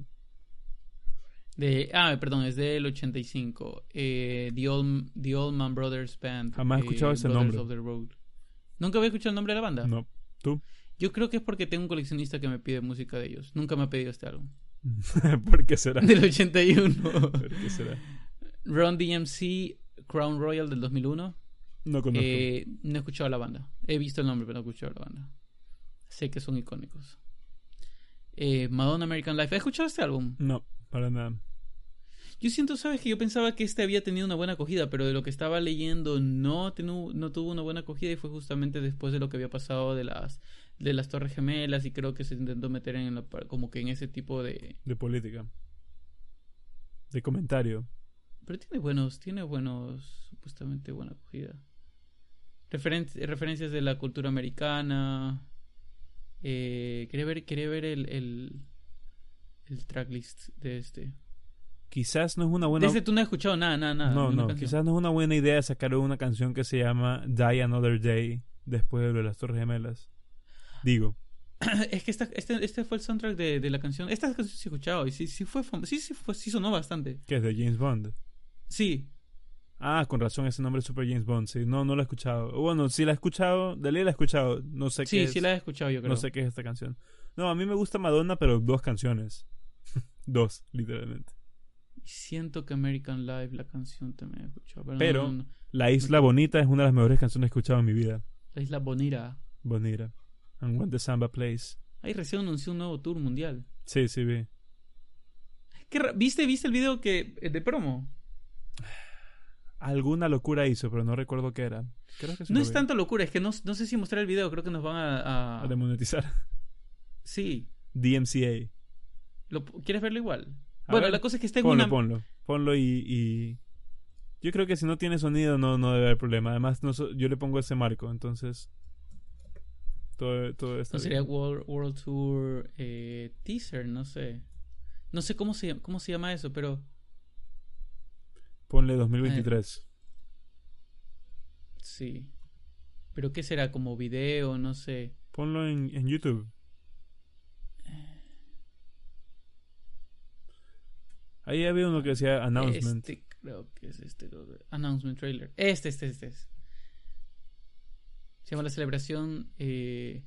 De, ah, perdón, es del ochenta y cinco. Eh, The, Old, The Old Man Brothers Band. Jamás he eh, escuchado ese Brothers nombre. of the Road. ¿Nunca había escuchado el nombre de la banda? No. ¿Tú? Yo creo que es porque tengo un coleccionista que me pide música de ellos. Nunca me ha pedido este álbum. ¿Por qué será? Del ochenta y uno. ¿Por qué será? Run D M C, Crown Royal del dos mil uno. No conozco. Eh, no he escuchado a la banda. He visto el nombre, pero no he escuchado a la banda. Sé que son icónicos. Eh, Madonna American Life. ¿Has escuchado este álbum? No, para nada. Yo siento, sabes, que yo pensaba que este había tenido una buena acogida, pero de lo que estaba leyendo no, tenu- no tuvo una buena acogida y fue justamente después de lo que había pasado de las de las Torres Gemelas y creo que se intentó meter en la, par- como que en ese tipo de... De política. De comentario. Pero tiene buenos, tiene buenos, supuestamente buena acogida. Referen- referencias de la cultura americana. Eh, quería ver, quería ver el, el, el tracklist de este. Quizás no es una buena... De este tú no has escuchado nada, nada, nada. no, ninguna no. canción. Quizás no es una buena idea sacar una canción que se llama Die Another Day después de lo de las Torres Gemelas. Digo. Es que esta, este, este fue el soundtrack de, de la canción. Esta canción sí he escuchado y sí, sí fue fam- sí, sí, fue, sí sonó bastante. ¿Qué es de James Bond? Sí. Ah, con razón, ese nombre es Super James Bond. Sí, no, no lo he escuchado. Bueno, sí la he escuchado. De ley la he escuchado. No sé qué Sí, es. sí la he escuchado yo creo. No sé qué es esta canción. No, a mí me gusta Madonna, pero dos canciones. Dos, literalmente. Y siento que American Life, la canción también he escuchado. Pero, Pero- no, no, no. La Isla Bonita es una de las mejores canciones que he escuchado en mi vida. La Isla Bonita. Bonita. And When the Samba Plays. Ahí recién anunció un nuevo tour mundial. Sí, sí, vi. ¿Qué ra- ¿Viste, ¿Viste el video que eh, de promo? Alguna locura hizo, pero no recuerdo qué era. Creo que sí No lo es vi. tanta locura, es que no, no sé si mostrar el video, creo que nos van a... a- A demonetizar. Sí. D M C A. ¿Lo, ¿Quieres verlo igual? A Bueno, ver, la cosa es que está en Ponlo, una... ponlo. Ponlo y, y... Yo creo que si no tiene sonido no, no debe haber problema. Además, no so- yo le pongo ese marco, entonces... Todo, todo está No bien. sería World, World Tour eh, Teaser, no sé. No sé cómo se, cómo se llama eso, pero... Ponle dos mil veintitrés. Sí. ¿Pero qué será? ¿Como video? No sé. Ponlo en, en YouTube. Ahí había uno que decía announcement. Este creo que es este. Announcement trailer. Este, este, este. Es. Se llama la celebración. Eh...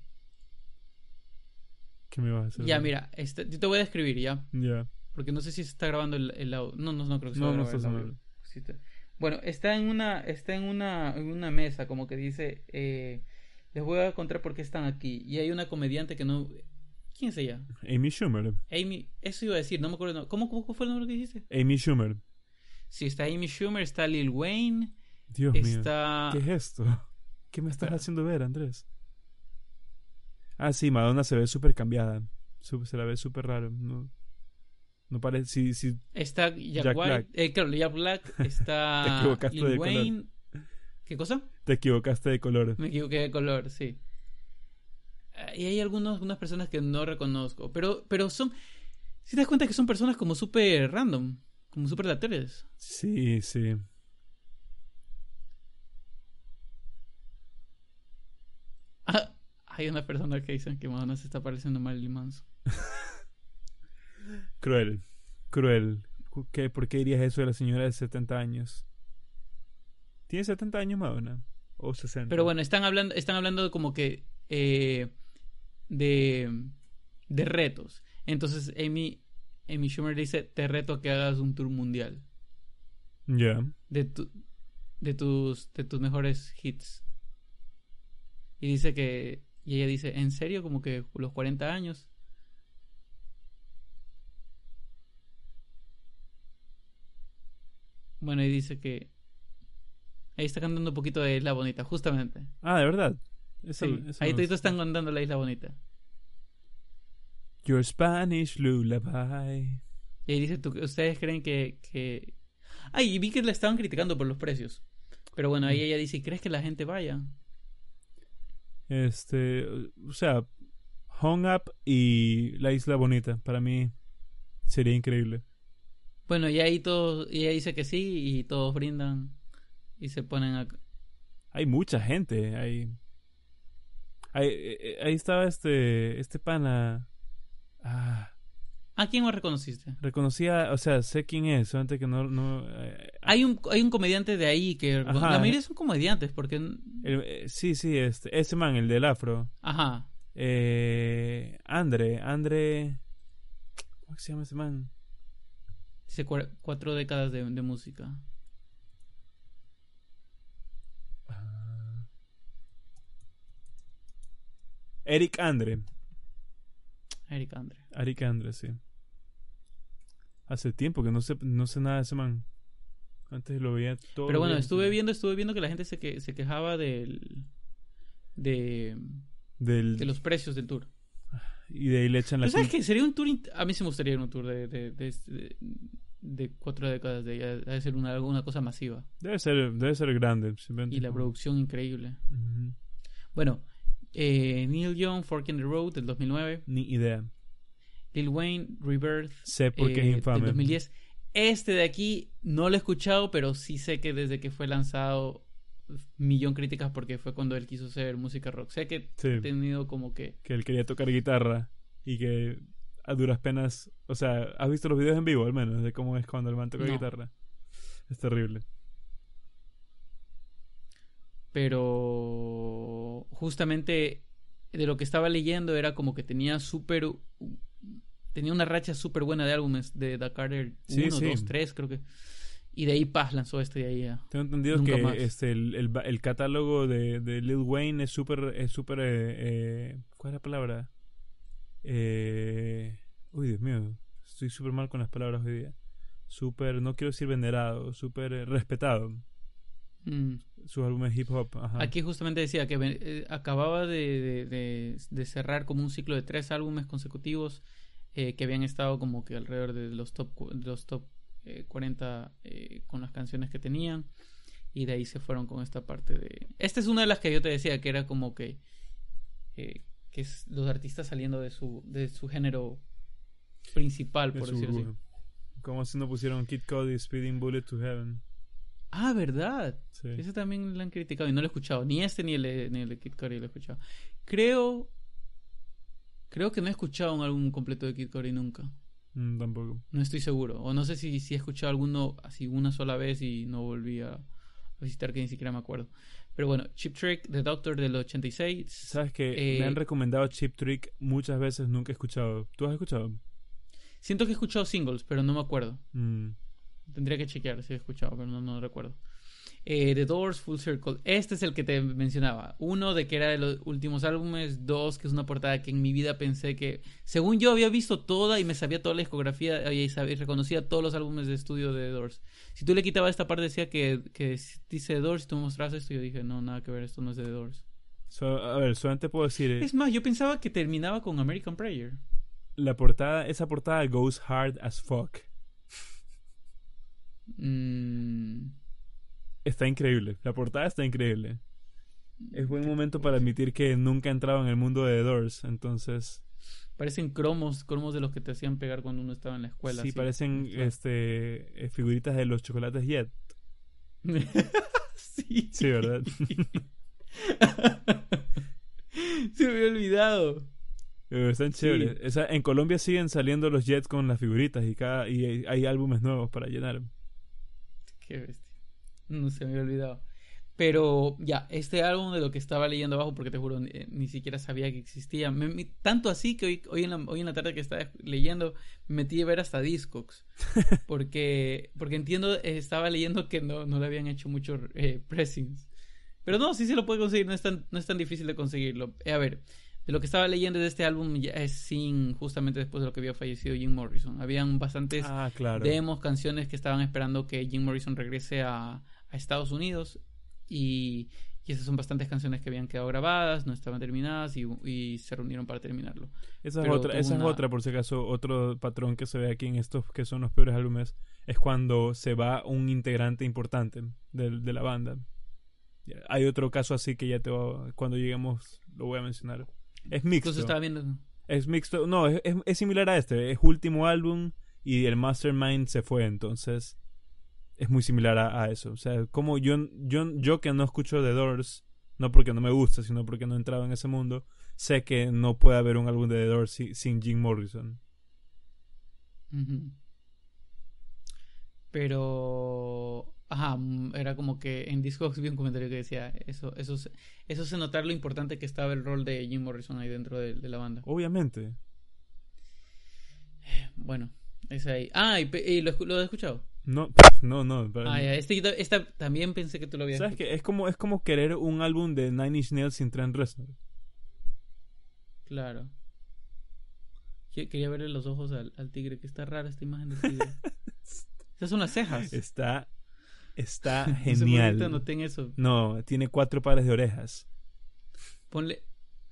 ¿Qué me vas a hacer? Ya, mira. Este, yo te voy a describir, ¿ya? Ya. Yeah. Porque no sé si se está grabando el, el audio. No, no, no creo que se No, va a no grabar está el audio. sonando. Sí está. Bueno, está en una, está en una, en una mesa, como que dice, eh, les voy a contar por qué están aquí. Y hay una comediante que no, ¿quién es ella? Amy Schumer. Amy, eso iba a decir, no me acuerdo. ¿Cómo, cómo fue el nombre que dijiste? Amy Schumer. Sí, está Amy Schumer, está Lil Wayne. Dios está... mío. ¿Qué es esto? ¿Qué me estás Espera. haciendo ver, Andrés? Ah, sí, Madonna se ve súper cambiada. Se la ve súper raro. No, no parece. Sí, sí. Está Jack, Jack White. Black. Eh, claro, Jack Black. Está. Te equivocaste Lil de Wayne. color. ¿Qué cosa? Te equivocaste de color. Me equivoqué de color, sí. Y hay algunos, algunas personas que no reconozco. Pero, pero son. Si te das cuenta que son personas como súper random. Como súper aleatorias. Sí, sí. Ah, hay una persona que dicen que Madonna se está pareciendo a Marilyn Manson. Cruel, cruel. ¿Qué, ¿Por qué dirías eso de la señora de setenta años? ¿Tiene setenta años Madonna? ¿O sesenta? Pero bueno, están hablando, están hablando de como que eh, de, de retos. Entonces Amy, Amy Schumer dice, te reto a que hagas un tour mundial. Ya. Yeah. De, tu, de, tus, de tus mejores hits. Y dice que... Y ella dice, ¿en serio? Como que los cuarenta años. Bueno, y dice que... Ahí está cantando un poquito de Isla Bonita, justamente. Ah, ¿de verdad? Eso, sí, eso ahí todos están cantando la Isla Bonita. Your Spanish Lullaby. Y ahí dice, ¿tú, ¿ustedes creen que, que...? Ah, y vi que la estaban criticando por los precios. Pero bueno, ahí ella dice, ¿crees que la gente vaya? Este... O sea... Hung Up y La Isla Bonita. Para mí... Sería increíble. Bueno, y ahí todos... Y ella dice que sí y todos brindan... Y se ponen a... Hay mucha gente. Hay... Ahí, ahí estaba este... Este pana... Ah... ¿A quién me reconociste? Reconocía, o sea, sé quién es, solamente que no... no eh, hay un hay un comediante de ahí que... Ajá. La mayoría son comediantes, porque... El, eh, sí, sí, este, ese man, el del afro. Ajá. Eh, Andre, Andre... ¿Cómo se llama ese man? Dice cu cuatro décadas de, de música. Uh, Eric Andre. Eric Andre. Eric Andre, sí. Hace tiempo que no sé, no sé nada de ese man. Antes lo veía todo. Pero bueno, bien, estuve sí. viendo, estuve viendo que la gente se, que, se quejaba del, de, del de los precios del tour. Y de ahí le echan la... ¿Pero sabes qué? Sería un tour... A mí sí me gustaría ir a un tour de, de, de, de, de cuatro décadas. De, debe ser una, una cosa masiva. Debe ser, debe ser grande. Y la producción increíble. Uh-huh. Bueno, eh, Neil Young, Fork in the Road, del dos mil nueve. Ni idea. Lil Wayne, Rebirth. Sé porque eh, es infame. Del dos mil diez. Este de aquí no lo he escuchado, pero sí sé que desde que fue lanzado... millón críticas porque fue cuando él quiso hacer música rock. Sé que sí. ha tenido como que... Que él quería tocar guitarra y que a duras penas... O sea, ¿has visto los videos en vivo al menos? De cómo es cuando el man toca no. guitarra. Es terrible. Pero... justamente de lo que estaba leyendo era como que tenía súper... Tenía una racha súper buena de álbumes de The Carter uno, sí, dos, sí. tres creo que... Y de ahí Paz lanzó esto y ahí ya. Tengo entendido Nunca que más. este el, el, el catálogo de, de Lil Wayne es súper... Es súper eh, eh, ¿cuál es la palabra? Eh, uy, Dios mío. Estoy súper mal con las palabras hoy día. Súper, no quiero decir venerado, súper eh, respetado. Mm. Sus álbumes hip hop. Ajá. Aquí justamente decía que eh, acababa de, de, de, de cerrar como un ciclo de tres álbumes consecutivos eh, que habían estado como que alrededor de los top, de los top Eh, cuarenta eh, con las canciones que tenían y de ahí se fueron con esta parte de... Esta es una de las que yo te decía que era como que eh, que es los artistas saliendo de su de su género principal, por decirlo así. Como si no pusieron Kid Cudi, Speeding Bullet to Heaven. Ah, ¿verdad? Sí. Ese también lo han criticado y no lo he escuchado. Ni este ni el, de- ni el de Kid Cudi lo he escuchado. Creo... Creo que no he escuchado un álbum completo de Kid Cudi nunca. Mm, tampoco. No estoy seguro. O no sé si, si he escuchado alguno así una sola vez y no volví a visitar, que ni siquiera me acuerdo. Pero bueno, Cheap Trick, The Doctor del ochenta y seis. Sabes que Eh, me han recomendado Cheap Trick muchas veces, nunca he escuchado. ¿Tú has escuchado? Siento que he escuchado singles, pero no me acuerdo. Mm. Tendría que chequear si he escuchado, pero no, no recuerdo. Eh, The Doors, Full Circle. Este es el que te mencionaba. Uno, de que era de los últimos álbumes. Dos, que es una portada que en mi vida pensé que... Según yo había visto toda y me sabía toda la discografía y, sabía, y reconocía todos los álbumes de estudio de The Doors. Si tú le quitabas esta parte decía que, que dice The Doors y tú me mostrabas esto, yo dije, no, nada que ver, esto no es de The Doors. So, a ver, solamente puedo decir... eh, Es más, yo pensaba que terminaba con American Prayer. La portada, esa portada goes hard as fuck. Mm, Está increíble. La portada está increíble. Es buen momento para admitir que nunca he entrado en el mundo de The Doors, entonces... parecen cromos, cromos de los que te hacían pegar cuando uno estaba en la escuela. Sí, así. parecen Claro. este eh, figuritas de los chocolates Jet. Sí. Sí, ¿verdad? Se me había olvidado. Pero están Sí. chéveres. Esa- en Colombia siguen saliendo los Jets con las figuritas y cada y hay, hay álbumes nuevos para llenar. Qué bestia. No se me había olvidado. Pero ya, este álbum de lo que estaba leyendo abajo, porque te juro, ni, ni siquiera sabía que existía. Me- me- tanto así que hoy, hoy, en la, hoy en la tarde que estaba leyendo, me metí a ver hasta Discogs. Porque, porque entiendo, eh, estaba leyendo que no, no le habían hecho muchos eh, pressings. Pero no, sí se lo puede conseguir, no es tan, no es tan difícil de conseguirlo. Eh, a ver, de lo que estaba leyendo de este álbum ya es sin, justamente después de lo que había fallecido Jim Morrison. Habían bastantes Ah, claro. demos, canciones que estaban esperando que Jim Morrison regrese a, a Estados Unidos. Y, y esas son bastantes canciones que habían quedado grabadas, no estaban terminadas y, y se reunieron para terminarlo. Esa es Pero otra, tuvo esa es una- otra, por si acaso, otro patrón que se ve aquí en estos que son los peores álbumes, es cuando se va un integrante importante de, de la banda. Ya, hay otro caso así que ya te va- cuando lleguemos lo voy a mencionar. Es mixto. Incluso estaba viendo... Es mixto. No, es, es, es similar a este. Es último álbum y el Mastermind se fue, entonces es muy similar a, a eso. O sea, como yo, yo, yo que no escucho The Doors, no porque no me gusta, sino porque no he entrado en ese mundo, sé que no puede haber un álbum de The Doors si, sin Jim Morrison. Ujú. Pero... Ajá, mm, era como que en Discogs vi un comentario que decía eso, eso, se- eso se notar lo importante que estaba el rol de Jim Morrison ahí dentro de, de la banda. Obviamente. Bueno, es ahí. Ah, y, pe- y lo, escu- lo he escuchado. No, no, no. pero- Ah, ya, este, yo ta- esta también pensé que tú lo habías ¿Sabes escuchado. qué? Es como, es como querer un álbum de Nine Inch Nails sin Trent Reznor. Claro. Que- Quería verle los ojos al, al tigre, que está rara esta imagen del tigre. Esas son las cejas. Está, está No sé por qué te genial. anoté en eso. No, tiene cuatro pares de orejas. Ponle.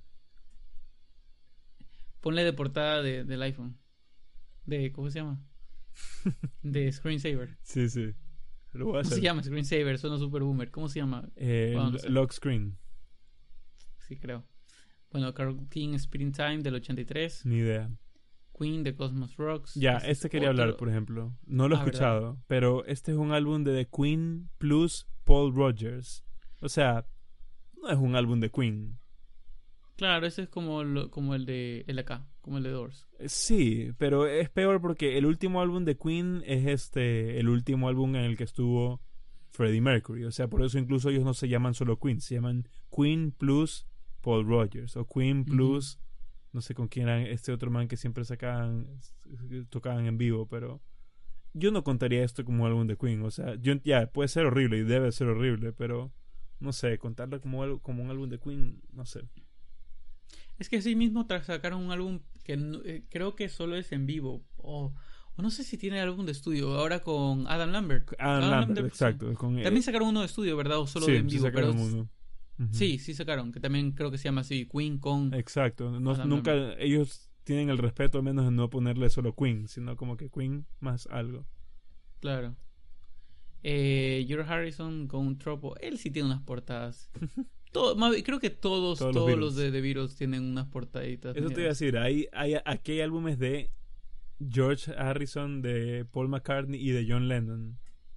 Ponle de portada de, del iPhone. De, ¿cómo se llama? De Screensaver. Sí, sí. Lo voy a ¿Cómo hacer. se llama? Screensaver, suena super boomer. ¿Cómo se llama? Eh, Bueno, no sé. Lock Screen. Sí, creo. Bueno, Carole King, Spring Time del ochenta y tres. Ni idea. Queen de Cosmos Rocks. Ya, Ese este es quería otro- hablar, por ejemplo. No lo he Ah, ¿verdad? escuchado, pero este es un álbum de The Queen plus Paul Rogers. O sea, no es un álbum de Queen. Claro, ese es como, lo- como el de el de acá, como el de Doors. Eh, Sí, pero es peor porque el último álbum de Queen es este, el último álbum en el que estuvo Freddie Mercury. O sea, por eso incluso ellos no se llaman solo Queen, se llaman Queen plus Paul Rogers o Queen plus, no sé con quién era este otro man que siempre sacaban, tocaban en vivo, pero yo no contaría esto como un álbum de Queen. O sea, yo, ya, puede ser horrible y debe ser horrible, pero no sé, contarlo como, algo- como un álbum de Queen, no sé. Es que sí mismo tras sacaron un álbum que no- eh, creo que solo es en vivo. O, o no sé si tiene álbum de estudio. Ahora con Adam Lambert. Adam Lambert, sí. exacto. Con, También sacaron uno de estudio, ¿verdad? O solo sí, de en sí vivo. sacaron pero uno. Ujú. Sí, sí sacaron. Que también creo que se llama así. Queen con... Exacto. No, Adam nunca ellos tienen el respeto al menos de no ponerle solo Queen, sino como que Queen más algo. Claro. Eh, George Harrison con un tropo. Él sí tiene unas portadas. Todo, más bien, creo que todos, Todos todos, los los, Beatles. de The Beatles tienen unas portaditas. Eso te iba a medias- decir, hay, hay, aquí hay álbumes de George Harrison, de Paul McCartney y de John Lennon.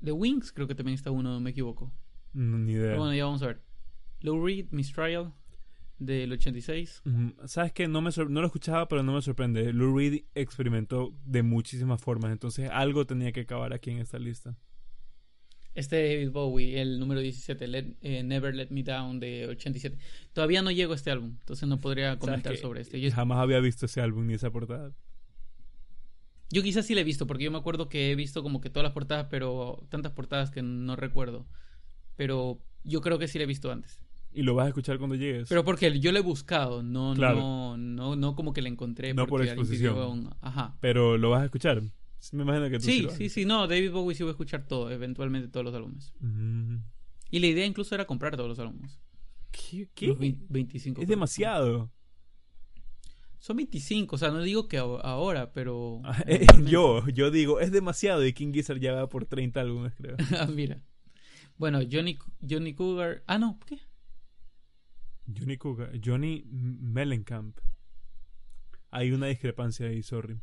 The Wings creo que también está uno, no me equivoco. No, ni idea. Pero bueno, ya vamos a ver. Lou Reed, Miss Trial, del ochenta y seis. Mm, ¿Sabes qué? No, me sor- no lo escuchaba, pero no me sorprende. Lou Reed experimentó de muchísimas formas, entonces algo tenía que acabar aquí en esta lista. Este de David Bowie, el número diecisiete, Let- eh, Never Let Me Down, de ochenta y siete. Todavía no llego a este álbum, entonces no podría comentar sobre este. Yo, Jamás había visto ese álbum ni esa portada. yo quizás sí lo he visto, porque yo me acuerdo que he visto como que todas las portadas, pero tantas portadas que no recuerdo. Pero yo creo que sí lo he visto antes. Y lo vas a escuchar cuando llegues. Pero porque yo lo he buscado, no, Claro. no, no, no como que lo encontré. No por porque alguien exposición. pidió un- Ajá. Pero lo vas a escuchar. Me imagino que tú sí, Sí, lo vas a sí, sí, no, David Bowie sí voy a escuchar todo, eventualmente todos los álbumes. Mm. Y la idea incluso era comprar todos los álbumes. ¿Qué? ¿Qué? Los veinte veinticinco. Es creo. demasiado. Son veinticinco, o sea, no digo que a- ahora, pero... Eh, yo, yo digo, es demasiado. Y King Gizzard ya va por treinta álbumes, creo. Ah, mira. Bueno, Johnny, Johnny Cougar... Ah, no, ¿qué? Johnny Cougar, Johnny Mellencamp. Hay una discrepancia ahí, sorry.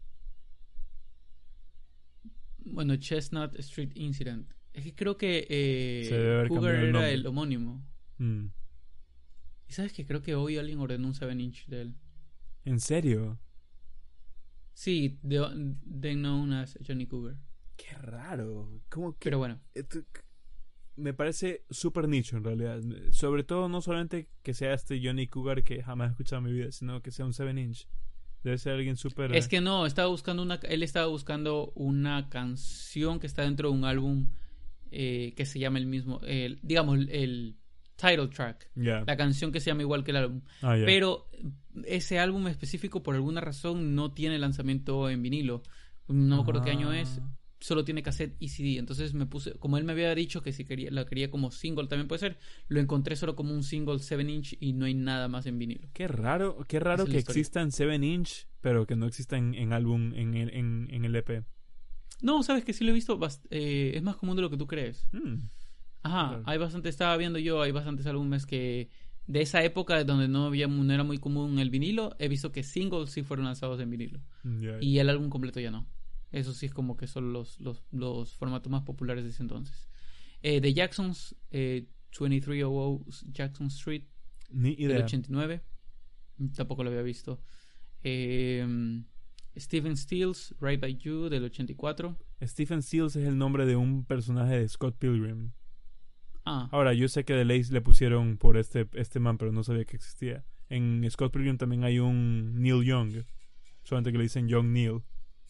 Bueno, Chestnut Street Incident. Es que creo que eh, Se debe haber Cougar cambiado el era nombre. el homónimo. Mm. ¿Y sabes que creo que hoy alguien ordenó un seven inch de él? ¿En serio? Sí, de, de known as Johnny Cougar. Qué raro. ¿Cómo que...? Pero bueno, Esto- me parece súper nicho en realidad. Sobre todo no solamente que sea este Johnny Cougar que jamás he escuchado en mi vida, sino que sea un seven inch. Debe ser alguien súper... es que no, estaba buscando una, él estaba buscando una canción que está dentro de un álbum eh, que se llama el mismo, el, digamos, el, el title track. Ya. La canción que se llama igual que el álbum. Ah, ya. Pero ese álbum específico, por alguna razón, no tiene lanzamiento en vinilo. No me acuerdo qué año es. Ah. Solo tiene cassette y C D. Entonces me puse, como él me había dicho que si quería, la quería como single también puede ser, lo encontré solo como un single seven inch y no hay nada más en vinilo. Qué raro, qué raro Esa es la que historia. exista en seven inch, pero que no exista en, en álbum, en el, en, en el E P. No, sabes que sí lo he visto, bast- eh, es más común de lo que tú crees. Mm. Ajá, Claro. hay bastante, estaba viendo yo, hay bastantes álbumes que de esa época donde no había, no era muy común el vinilo, he visto que singles sí fueron lanzados en vinilo. Ya. Y el álbum completo ya no. Eso sí es como que son los, los, los formatos más populares de ese entonces. Eh, The Jacksons, eh, veintitrés cien Jackson Street, Ni del idea. ochenta y nueve. Tampoco lo había visto. Eh, Stephen Stills, Right By You, del ochenta y cuatro. Stephen Stills es el nombre de un personaje de Scott Pilgrim. Ah, Ahora, yo sé que The Lace le pusieron por este, este man, pero no sabía que existía. En Scott Pilgrim también hay un Neil Young. Solamente que le dicen Young Neil.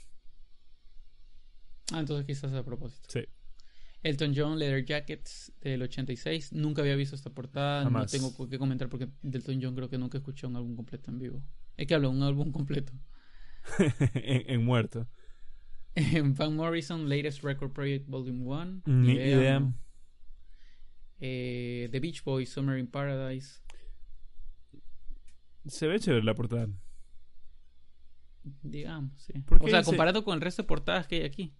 ah, entonces quizás a propósito. Sí. Elton John, Leather Jackets, del ochenta y seis. Nunca había visto esta portada. Jamás. No tengo que comentar porque de Elton John creo que nunca escuché un álbum completo en vivo. Es que hablo, un álbum completo. en, en muerto. Van Morrison, Latest Record Project Volume uno. Ni idea. no. Eh, The Beach Boys, Summer in Paradise. Se ve chévere la portada. Digamos, sí. ¿Por O qué sea, dice- comparado con el resto de portadas que hay aquí.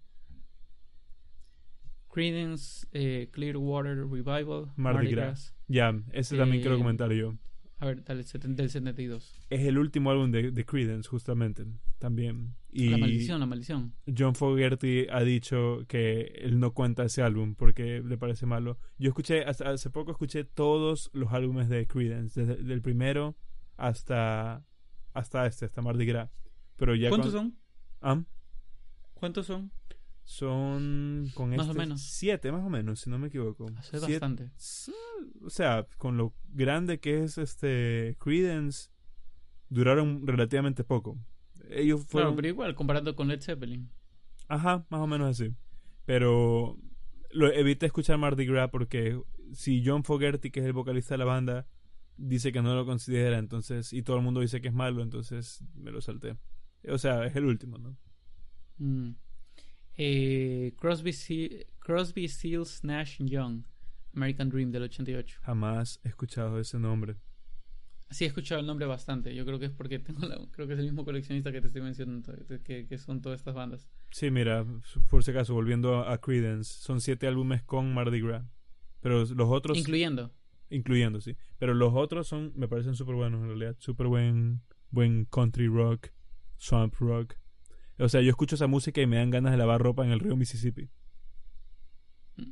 Creedence, eh, Clearwater Revival, Mardi Gras. Ya, ese también Eh, quiero comentar yo. A ver, dale, seten- del setenta y dos. Es el último álbum de, de Creedence, justamente. También. Y La maldición, la maldición. John Fogerty ha dicho que él no cuenta ese álbum porque le parece malo. Yo escuché, hasta hace poco escuché todos los álbumes de Creedence, desde el primero hasta hasta este, hasta Mardi Gras. Pero ya ¿Cuántos con- son? ¿Ah? ¿Cuántos son? Son con Más o este menos. siete más o menos, si no me equivoco. Hace Siete- bastante. s- O sea, con lo grande que es este Creedence, duraron relativamente poco. Ellos fueron, Claro, pero igual, comparando con Led Zeppelin. ajá, más o menos así. Pero lo evité escuchar Mardi Gras porque si John Fogerty, que es el vocalista de la banda, dice que no lo considera, entonces, y todo el mundo dice que es malo, entonces me lo salté. O sea, es el último, ¿no? Mm. Eh, Crosby, Se- Crosby, Stills, Nash Young, American Dream, del ochenta y ocho. Jamás he escuchado ese nombre. Sí, he escuchado el nombre bastante. Yo creo que es porque tengo la- creo que es el mismo coleccionista que te estoy mencionando, que, que son todas estas bandas. Sí, mira, por si acaso, volviendo a, a Creedence, son siete álbumes con Mardi Gras. Pero los otros, Incluyendo. incluyendo, sí. Pero los otros son, me parecen súper buenos en realidad. Súper buen, buen country rock, swamp rock. O sea, yo escucho esa música y me dan ganas de lavar ropa en el río Mississippi.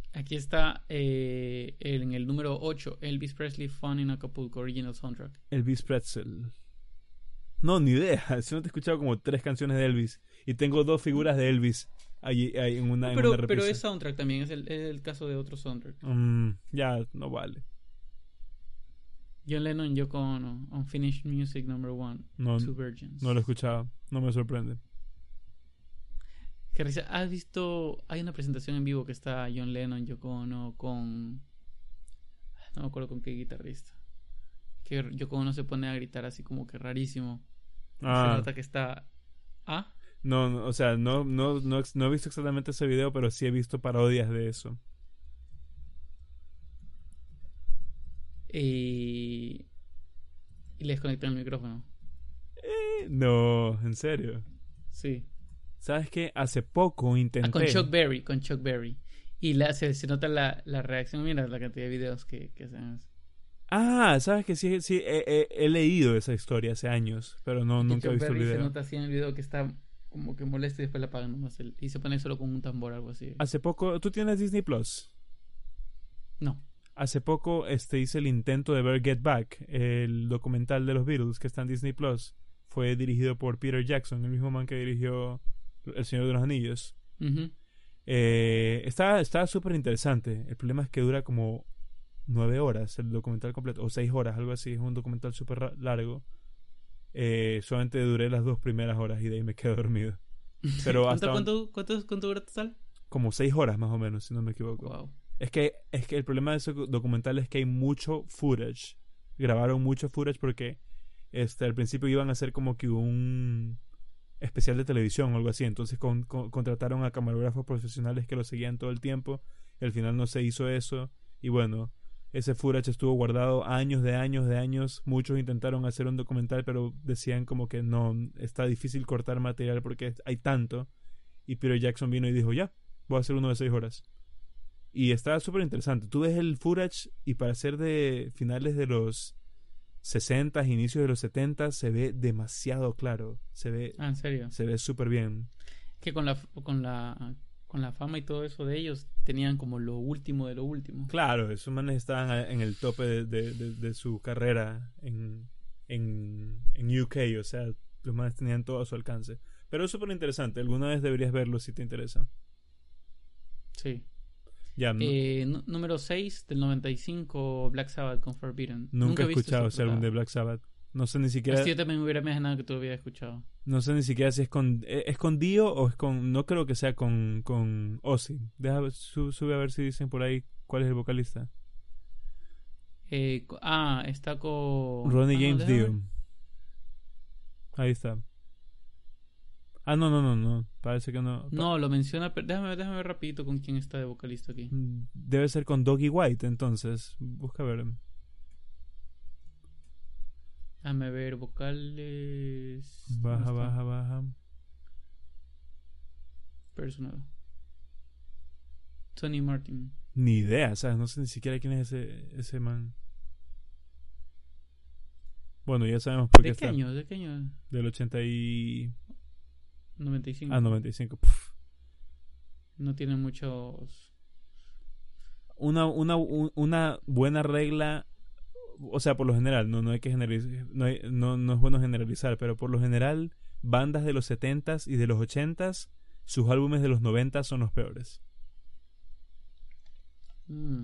Aquí está eh, en el número ocho, Elvis Presley Fun in Acapulco Original Soundtrack. Elvis Pretzel. No, ni idea. Si no te he escuchado como tres canciones de Elvis. Y tengo dos figuras de Elvis ahí, ahí en una, No, en pero, una repisa. pero es soundtrack también, es el, es el caso de otro soundtrack. Mm, ya, no vale. John Lennon, Yoko Ono, Unfinished Music Number One, No, Two Virgins. no lo he escuchado. No me sorprende. Qué risa. ¿Has visto? Hay una presentación en vivo que está John Lennon, Yoko Ono con... No me acuerdo con qué guitarrista. Que Yoko Ono se pone a gritar así como que rarísimo. Ah. Se nota que está... ¿Ah? No, no, o sea, no, no, no, no he visto exactamente ese video, pero sí he visto parodias de eso. Y... y les conectan el micrófono. Eh, no, en serio. Sí. ¿Sabes qué? Hace poco intenté... Ah, con Chuck Berry, con Chuck Berry. Y la, se, se nota la, la reacción. Mira la cantidad de videos que, que hacen. Ah, ¿sabes que sí? Sí, he, he, he leído esa historia hace años, pero no, Y nunca Chuck he visto Berry el video. se nota así en el video que está como que molesto y después la apagan nomás. El, y se pone solo con un tambor o algo así. Hace poco... ¿Tú tienes Disney Plus? No. Hace poco este, hice el intento de ver Get Back, el documental de los Beatles que está en Disney Plus. Fue dirigido por Peter Jackson, el mismo man que dirigió El Señor de los Anillos. Uh-huh. Eh, está está súper interesante. El problema es que dura como nueve horas el documental completo, o seis horas, algo así. Es un documental súper largo. Eh, solamente duré las dos primeras horas y de ahí me quedé dormido. Pero ¿Cuánto, hasta cuánto, cuánto, cuánto dura total? como seis horas más o menos, si no me equivoco. Wow. Es que, es que el problema de ese documental es que hay mucho footage. Grabaron mucho footage porque este, al principio iban a hacer como que un especial de televisión o algo así. Entonces con, con, contrataron a camarógrafos profesionales que lo seguían todo el tiempo. Y al final no se hizo eso. Y bueno, ese footage estuvo guardado años de años de años. Muchos intentaron hacer un documental, pero decían como que no, está difícil cortar material porque hay tanto. Y Peter Jackson vino y dijo, ya, voy a hacer uno de seis horas. Y está súper interesante. Tú ves el footage y para ser de finales de los sesenta, inicios de los setenta, se ve demasiado claro. Se ve, Ah, ¿en serio? se ve súper bien. Que con la, con la con la fama y todo eso de ellos tenían como lo último de lo último. Claro, esos manes estaban en el tope de, de, de, de su carrera en, en, en U K. O sea, los manes tenían todo a su alcance. Pero es súper interesante. Alguna vez deberías verlo si te interesa. Sí. Ya, no, Eh, n- número seis del noventa y cinco, Black Sabbath con Forbidden. nunca he visto escuchado ese ese álbum de portada. Black Sabbath. No sé ni siquiera... Así yo también me hubiera imaginado que tú lo hubieras escuchado. No sé ni siquiera si es con... ¿Es con Dio o es con...? No creo que sea con, con Ozzy. Deja, su- sube a ver si dicen por ahí cuál es el vocalista. Eh, co- ah, está con... Ronnie ah, no, James déjame Dio. ver. Ahí está. Ah, no, no, no, no. Parece que no. Pa- No, lo menciona, pero déjame, déjame ver rapidito con quién está de vocalista aquí. Mm, Debe ser con Doggy White, entonces. Busca ver. Déjame ver, vocales... ¿dónde Baja, está? baja, baja. Personal. Tony Martin. Ni idea, ¿sabes? No sé ni siquiera quién es ese, ese man. Bueno, ya sabemos por qué ¿De qué está. año? ¿De qué año? Del ochenta y... noventa y cinco. Ah, noventa y cinco. Puf. No tiene muchos... Una, una, un- una buena regla, o sea, por lo general, no, no hay que generalizar, no, hay- no, no es bueno generalizar, pero por lo general, bandas de los setentas y de los ochentas, sus álbumes de los noventas son los peores. Mm.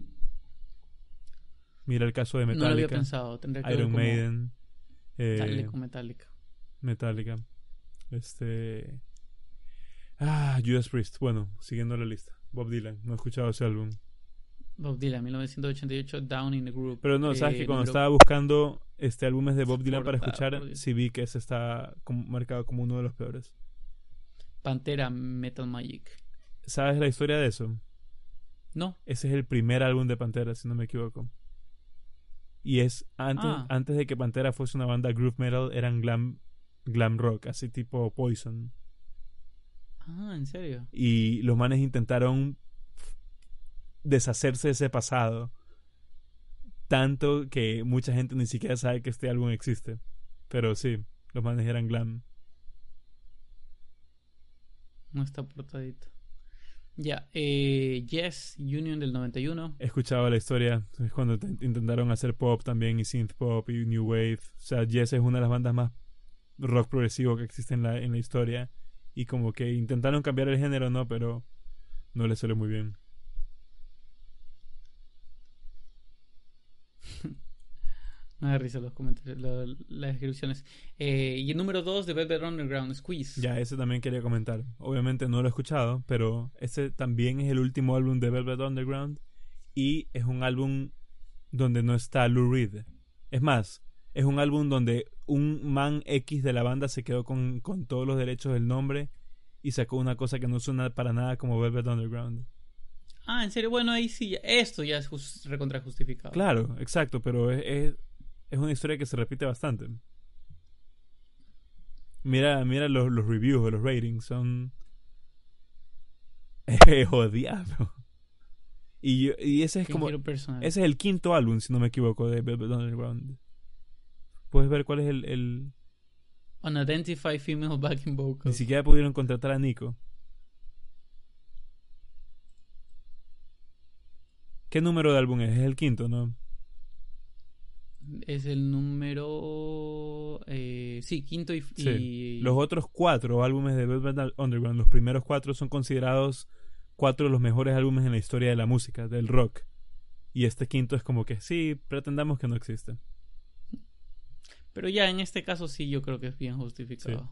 Mira el caso de No lo había Metallica, pensado. Tendría que ver Iron como... Maiden, eh, Dale con Metallica. Metallica, este... Ah, Judas Priest, bueno, siguiendo la lista. Bob Dylan, no he escuchado ese álbum. Bob Dylan, mil novecientos ochenta y ocho, Down in the Group. Pero no, sabes Eh, que cuando número- estaba buscando este álbumes de Bob Dylan para Portada, escuchar, por Dios. sí vi que ese está como- marcado como uno de los peores. Pantera, Metal Magic. ¿Sabes la historia de eso? No. Ese es el primer álbum de Pantera, si no me equivoco. Y es antes, Ah. antes de que Pantera fuese una banda groove metal, eran glam, glam rock, así tipo Poison. Ah, ¿en serio? Y los manes intentaron deshacerse de ese pasado. Tanto que mucha gente ni siquiera sabe que este álbum existe. Pero sí, los manes eran glam. No está portadito. Ya, eh, Yes, Union del noventa y uno. He escuchado la historia. Es cuando te- intentaron hacer pop también y synth pop y new wave. O sea, Yes es una de las bandas más rock progresivo que existe en la, en la historia. Y como que intentaron cambiar el género, ¿no? Pero no les salió muy bien. Me da risa los comentarios, lo- las descripciones. Eh, y el número dos de Velvet Underground, Squeeze. Ya, ese también quería comentar. Obviamente no lo he escuchado, pero ese también es el último álbum de Velvet Underground. Y es un álbum donde no está Lou Reed. Es más, es un álbum donde un man X de la banda se quedó con, con todos los derechos del nombre y sacó una cosa que no suena para nada como Velvet Underground. Ah, en serio, bueno, ahí sí, ya- esto ya es just- recontra justificado. Claro, exacto, pero es, es, es una historia que se repite bastante. Mira, mira los, los reviews o los ratings, son... ¡Oh, diablo! Y, yo- y ese es Qué como... giro personal. Ese es el quinto álbum, si no me equivoco, de Velvet Underground. ¿Puedes ver cuál es el, el... Unidentified Female Backing Ni Vocals. siquiera pudieron contratar a Nico. ¿Qué número de álbum es? Es el quinto, ¿no? Es el número... Eh, sí, quinto y... Sí. y- Los otros cuatro álbumes de Velvet Underground, los primeros cuatro, son considerados cuatro de los mejores álbumes en la historia de la música, del rock. Y este quinto es como que sí, pretendamos que no existe. Pero ya en este caso sí yo creo que es bien justificado.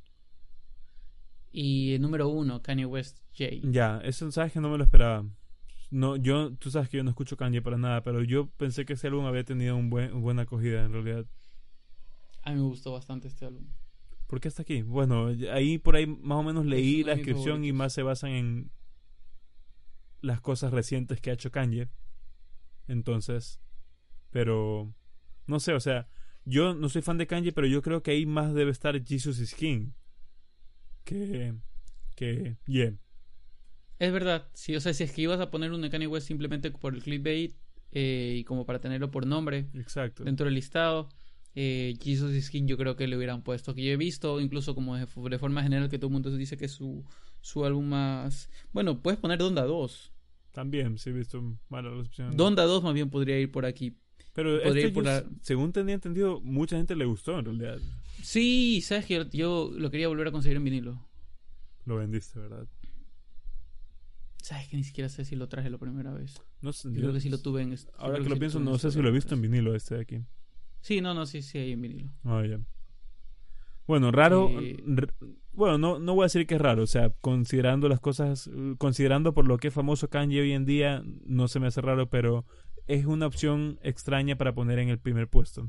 Y el número uno, Kanye West, Jay. Ya, eso sabes que no me lo esperaba. No, yo, tú sabes que yo no escucho Kanye para nada, pero yo pensé que ese álbum había tenido un buen, una buena acogida en realidad. A mí me gustó bastante este álbum. ¿Por qué está aquí? Bueno, ahí por ahí más o menos leí uno la de mis descripción y favoritos. más se basan en las cosas recientes que ha hecho Kanye. Entonces, pero no sé, o sea, yo no soy fan de Kanye, pero yo creo que ahí más debe estar Jesus is King que que yeah. Es verdad, sí, o sea, si es que ibas a poner un de Kanye West simplemente por el clickbait eh, y como para tenerlo por nombre Exacto. dentro del listado, eh, Jesus is King yo creo que le hubieran puesto. Que yo he visto, incluso como de, de forma general, que todo el mundo dice que es su, su álbum más... Bueno, puedes poner Donda dos. También sí he visto malas recepciones. Donda dos más bien podría ir por aquí. Pero podría este ir por yo, la- según tenía entendido, mucha gente le gustó en realidad. Sí, sabes que yo, yo lo quería volver a conseguir en vinilo. Lo vendiste, ¿verdad? Sabes que ni siquiera sé si lo traje la primera vez. No sé, Yo yo- creo que sí lo tuve en... est- yo ahora creo que lo sí pienso, tuve en no sé este si lo he visto en vez. vinilo este de aquí. Sí, no, no, sí, sí hay en vinilo. Ah, ya. Bueno, raro. Eh, r- bueno, no, no voy a decir que es raro. O sea, considerando las cosas. eh, Considerando por lo que es famoso Kanye hoy en día, no se me hace raro, pero es una opción extraña para poner en el primer puesto.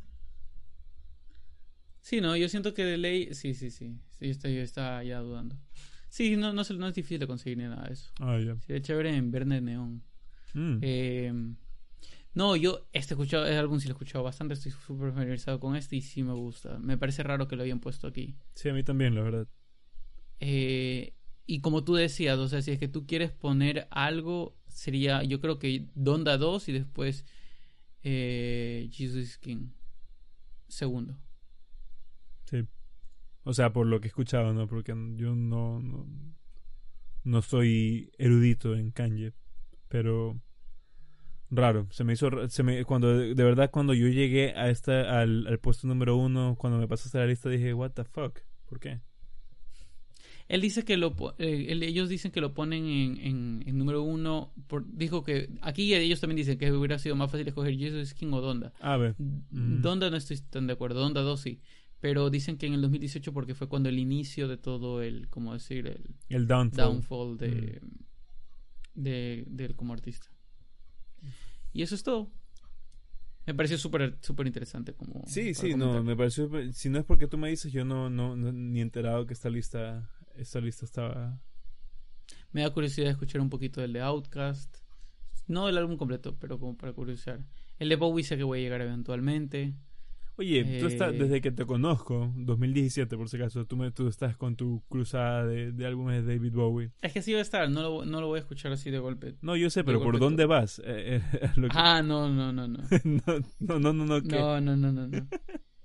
Sí, no, yo siento que de ley... Sí, sí, sí. Sí, yo estoy, yo estaba ya dudando. Sí, no, no, es- no es difícil de conseguir ni nada de eso. Ah, ya. Sería chévere en Verne Neón. Mm. Eh, no, yo este escuchado, este álbum sí lo he escuchado bastante. Estoy súper familiarizado con este y sí me gusta. Me parece raro que lo hayan puesto aquí. Sí, a mí también, la verdad. Eh, y como tú decías, o sea, si es que tú quieres poner algo, sería, yo creo que Donda dos y después eh, Jesus King. Segundo. Sí. O sea, por lo que he escuchado, ¿no? Porque yo no, no, no soy erudito en Kanye. Pero raro. Se me hizo... ra- Se me, cuando de, de verdad, cuando yo llegué a esta, al, al puesto número uno, cuando me pasaste la lista, dije, what the fuck? ¿Por qué? Él dice que lo po- eh, él- ellos dicen que lo ponen en, en, en número uno. Por, dijo que aquí ellos también dicen que hubiera sido más fácil escoger Jesus King o Donda. A ver. Mm. Donda no estoy tan de acuerdo, Donda dos sí. Pero dicen que en el dos mil dieciocho porque fue cuando el inicio de todo el, como decir, el El downfall. downfall de, de, de él como artista. Y eso es todo. Me pareció súper súper interesante como Sí, para sí, no, comentar. me pareció... Si no es porque tú me dices, yo no, no, no ni enterado que esta lista, esta lista estaba... Me da curiosidad escuchar un poquito del de Outkast. No el álbum completo, pero como para curiosear. El de Bowie sé que voy a llegar eventualmente. Oye, tú Eh, estás, desde que te conozco, dos mil diecisiete por si acaso, tú, me, tú estás con tu cruzada de, de álbumes de David Bowie. Es que sí va a estar, no lo, no lo voy a escuchar así de golpe. No, yo sé, De pero ¿por golpe dónde todo. vas? Eh, eh, lo que- Ah, no, no, no, no. no, no, no, no, ¿qué? No, no, no, no, no.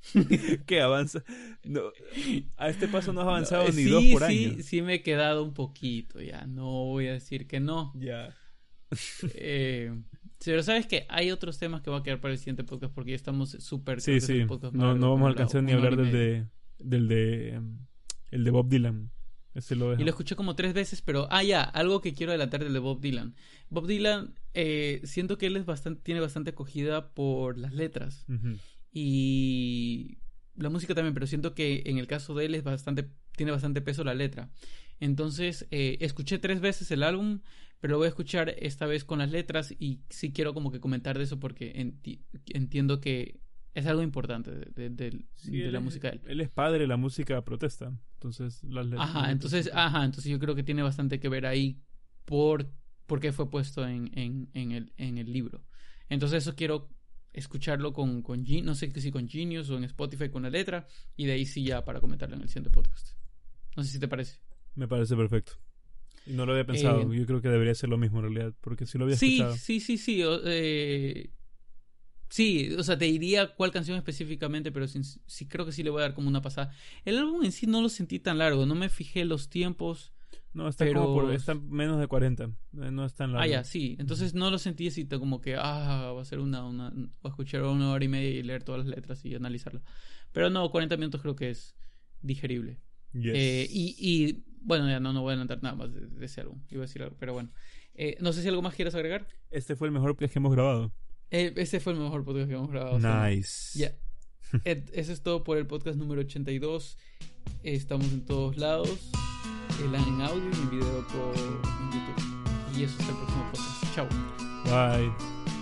¿Qué avanza? No, a este paso no has avanzado No, ni sí, dos por sí, año. sí me he quedado un poquito, ya. No voy a decir que no. Ya. Eh, pero sabes que hay otros temas que va a quedar para el siguiente podcast porque ya estamos súper... Sí, creo que es sí. el podcast más No, largo no que vamos a hemos alcanzar hablado, ni a una hablar hora y del media. de, del de, em, el de Bob Dylan. Ese lo Y lo dejamos. escuché como tres veces, pero... Ah, ya, algo que quiero adelantar del de Bob Dylan. Bob Dylan, eh, siento que él es bastante, tiene bastante acogida por las letras. Ujú. Y la música también, pero siento que en el caso de él es bastante, tiene bastante peso la letra. Entonces, eh, escuché tres veces el álbum, pero lo voy a escuchar esta vez con las letras y sí quiero como que comentar de eso porque enti- entiendo que es algo importante de, de- de- Sí, de él la es- música de él. Él es padre de la música protesta. Entonces, las le- las Ajá, letras entonces, son- ajá, entonces yo creo que tiene bastante que ver ahí por, por qué fue puesto en, en, en el, en el libro. Entonces eso quiero escucharlo con, con Gen- no sé si con Genius o en Spotify con la letra y de ahí sí ya para comentarlo en el siguiente podcast. No sé si te parece. Me parece perfecto. Y no lo había pensado. Eh, Yo creo que debería ser lo mismo en realidad. Porque sí lo había Sí, escuchado. sí, sí, sí. o- eh, sí, o sea, te diría cuál canción específicamente, pero sí, sí creo que sí le voy a dar como una pasada. El álbum en sí no lo sentí tan largo, no me fijé los tiempos. No, está Pero- como por... Está menos de cuarenta. Eh, No es tan largo. Ah, ya, sí. Entonces no lo sentí así t- como que, ah, va a ser una, una, voy a escuchar una hora y media y leer todas las letras y analizarla. Pero no, cuarenta minutos creo que es digerible. Yes. Eh, y, y, bueno, ya no, no voy a adelantar nada más de, de ese álbum. Iba a decir algo, pero bueno. Eh, no sé si algo más quieras agregar. Este fue el mejor que hemos grabado. Eh, ese fue el mejor podcast que hemos grabado. hasta ahora. Nice. Ya. Eh, Eso es todo por el podcast número ochenta y dos. Estamos en todos lados. El en audio y en video por en YouTube. Y eso es el próximo podcast. Chao. Bye.